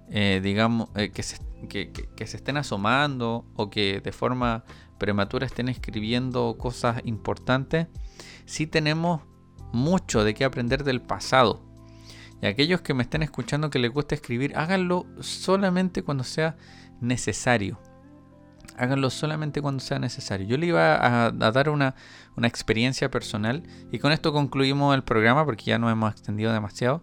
que se estén asomando o que de forma prematura estén escribiendo cosas importantes, sí tenemos mucho de qué aprender del pasado. Y aquellos que me estén escuchando que les gusta escribir, háganlo solamente cuando sea necesario. Yo le iba a dar una experiencia personal, y con esto concluimos el programa porque ya nos hemos extendido demasiado.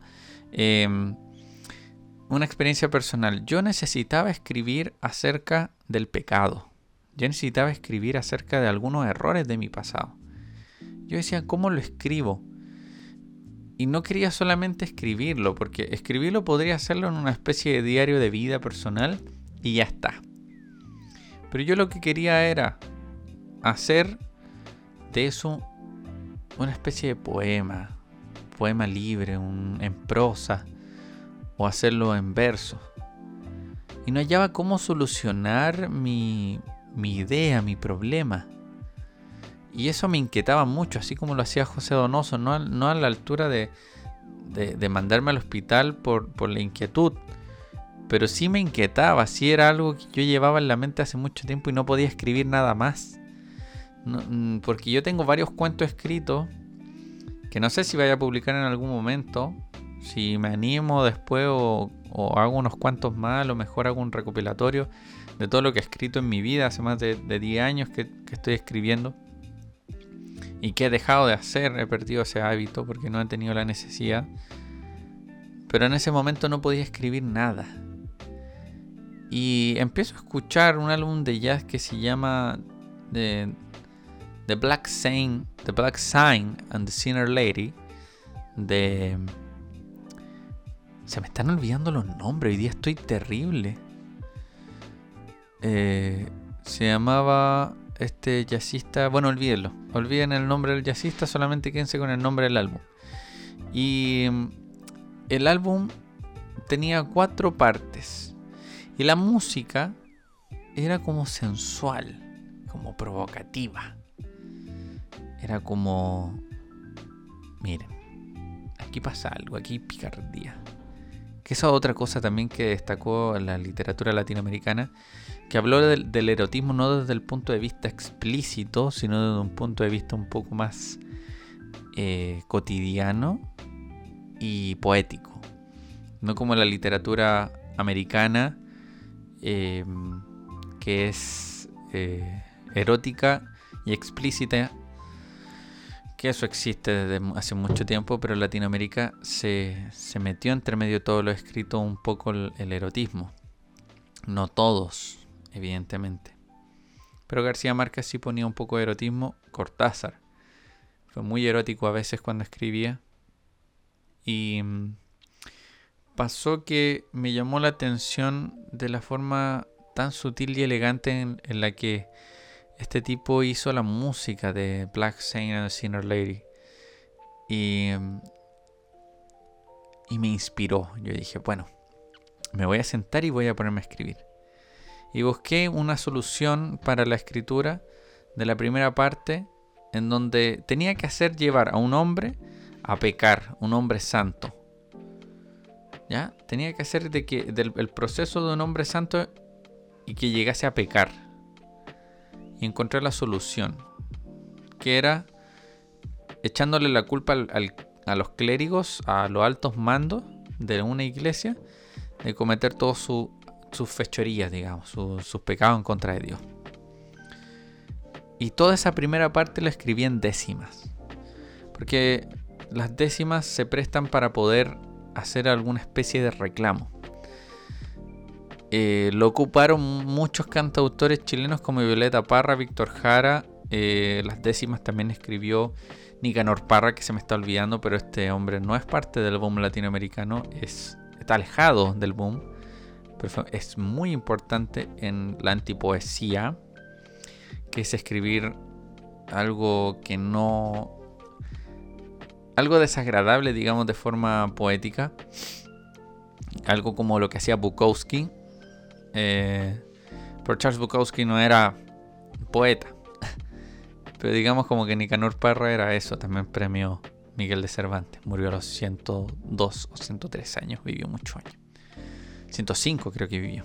Una experiencia personal. Yo necesitaba escribir acerca del pecado. Yo necesitaba escribir acerca de algunos errores de mi pasado. Yo decía, ¿cómo lo escribo? Y no quería solamente escribirlo, porque escribirlo podría hacerlo en una especie de diario de vida personal y ya está. Pero yo lo que quería era hacer de eso una especie de poema libre, en prosa, o hacerlo en verso. Y no hallaba cómo solucionar mi idea, mi problema. Y eso me inquietaba mucho, así como lo hacía José Donoso, no a la altura de mandarme al hospital por la inquietud, pero sí me inquietaba, sí era algo que yo llevaba en la mente hace mucho tiempo y no podía escribir nada más. No, porque yo tengo varios cuentos escritos que no sé si vaya a publicar en algún momento, si me animo después o hago unos cuantos más, a lo mejor hago un recopilatorio de todo lo que he escrito en mi vida, hace más de 10 años que estoy escribiendo y que he dejado de hacer, he perdido ese hábito porque no he tenido la necesidad, pero en ese momento no podía escribir nada. Y empiezo a escuchar un álbum de jazz que se llama The Black Sign and the Sinner Lady. Se me están olvidando los nombres, hoy día estoy terrible. Se llamaba este jazzista, bueno, olvídenlo, olviden el nombre del jazzista, solamente quédense con el nombre del álbum. Y el álbum tenía 4 partes. Y la música era como sensual, como provocativa. Era como... Miren, aquí pasa algo, aquí hay picardía. Que esa otra cosa también que destacó en la literatura latinoamericana, que habló del erotismo no desde el punto de vista explícito, sino desde un punto de vista un poco más cotidiano y poético. No como la literatura americana, que es erótica y explícita, que eso existe desde hace mucho tiempo, pero en Latinoamérica se metió entre medio de todo lo escrito un poco el erotismo. No todos, evidentemente. Pero García Márquez sí ponía un poco de erotismo. Cortázar fue muy erótico a veces cuando escribía. Y pasó que me llamó la atención de la forma tan sutil y elegante en la que este tipo hizo la música de Black Saint and the Sinner Lady. Y me inspiró. Yo dije, bueno, me voy a sentar y voy a ponerme a escribir. Y busqué una solución para la escritura de la primera parte, en donde tenía que hacer llevar a un hombre a pecar, un hombre santo. ¿Ya? Tenía que hacer el proceso de un hombre santo y que llegase a pecar. Y encontré la solución, que era echándole la culpa a los clérigos, a los altos mandos de una iglesia, de cometer todas sus fechorías, digamos, sus pecados en contra de Dios. Y toda esa primera parte la escribí en décimas, porque las décimas se prestan para poder hacer alguna especie de reclamo. Lo ocuparon muchos cantautores chilenos como Violeta Parra, Víctor Jara. Las décimas también escribió Nicanor Parra, que se me está olvidando, pero este hombre no es parte del boom latinoamericano, está alejado del boom, pero es muy importante en la antipoesía, que es escribir algo que no... algo desagradable, digamos, de forma poética. Algo como lo que hacía Bukowski. Pero Charles Bukowski no era poeta. Pero digamos como que Nicanor Parra era eso. También premio Miguel de Cervantes. Murió a los 102 o 103 años. Vivió muchos años. 105 creo que vivió.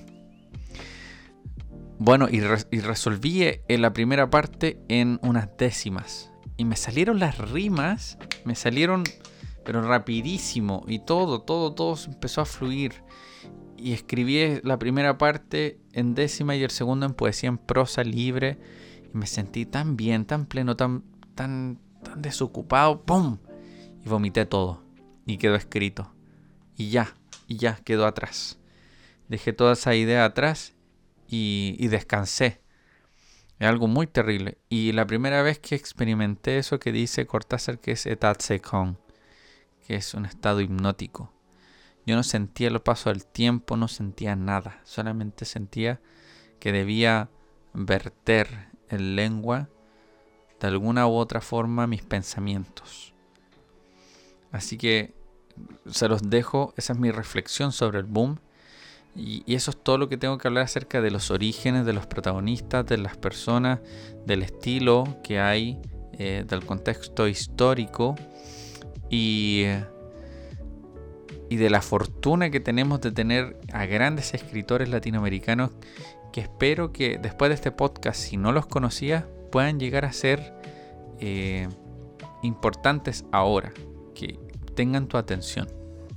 Bueno, y resolví en la primera parte en unas décimas. Y me salieron las rimas. Me salieron pero rapidísimo. Y todo empezó a fluir. Y escribí la primera parte en décima y el segundo en poesía en prosa libre. Y me sentí tan bien, tan pleno, tan desocupado. ¡Pum! Y vomité todo. Y quedó escrito. Y ya quedó atrás. Dejé toda esa idea atrás y descansé. Es algo muy terrible. Y la primera vez que experimenté eso que dice Cortázar, que es état second, que es un estado hipnótico. Yo no sentía el paso del tiempo, no sentía nada. Solamente sentía que debía verter en lengua de alguna u otra forma mis pensamientos. Así que se los dejo. Esa es mi reflexión sobre el boom. Y eso es todo lo que tengo que hablar acerca de los orígenes de los protagonistas, de las personas, del estilo que hay del contexto histórico y de la fortuna que tenemos de tener a grandes escritores latinoamericanos que espero que después de este podcast, si no los conocías, puedan llegar a ser importantes ahora, que tengan tu atención.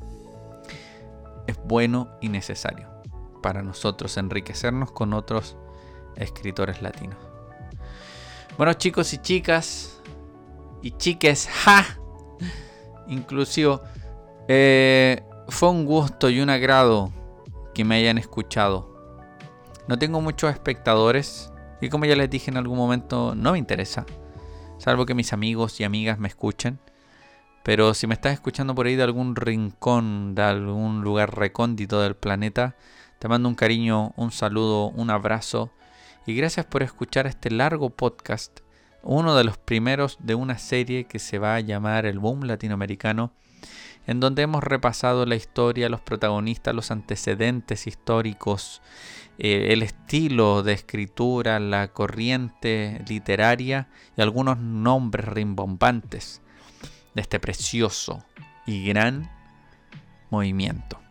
Es bueno y necesario para nosotros enriquecernos con otros escritores latinos. Bueno, chicos y chicas y chiques, ¡ja! Inclusive, fue un gusto y un agrado que me hayan escuchado. No tengo muchos espectadores y como ya les dije en algún momento, no me interesa, salvo que mis amigos y amigas me escuchen. Pero si me estás escuchando por ahí de algún rincón, de algún lugar recóndito del planeta, te mando un cariño, un saludo, un abrazo. Y gracias por escuchar este largo podcast, uno de los primeros de una serie que se va a llamar El Boom Latinoamericano, en donde hemos repasado la historia, los protagonistas, los antecedentes históricos, el estilo de escritura, la corriente literaria y algunos nombres rimbombantes de este precioso y gran movimiento.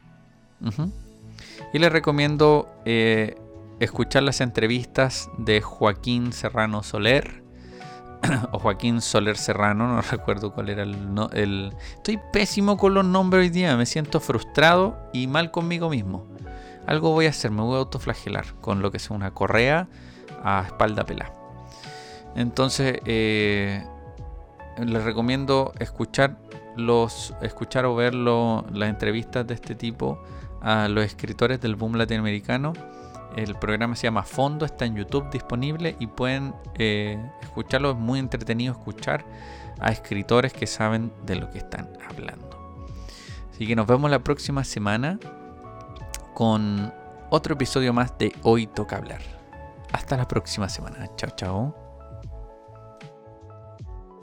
Y les recomiendo escuchar las entrevistas de Joaquín Serrano Soler o Joaquín Soler Serrano, no recuerdo cuál era el... Estoy pésimo con los nombres hoy día, me siento frustrado y mal conmigo mismo. Algo voy a hacer, me voy a autoflagelar con lo que es una correa a espalda pelada. Entonces les recomiendo escuchar o ver las entrevistas de este tipo a los escritores del boom latinoamericano. El programa se llama Fondo, está en YouTube disponible y pueden escucharlo. Es muy entretenido escuchar a escritores que saben de lo que están hablando. Así que nos vemos la próxima semana con otro episodio más de Hoy Toca Hablar. Hasta la próxima semana. Chao, chao.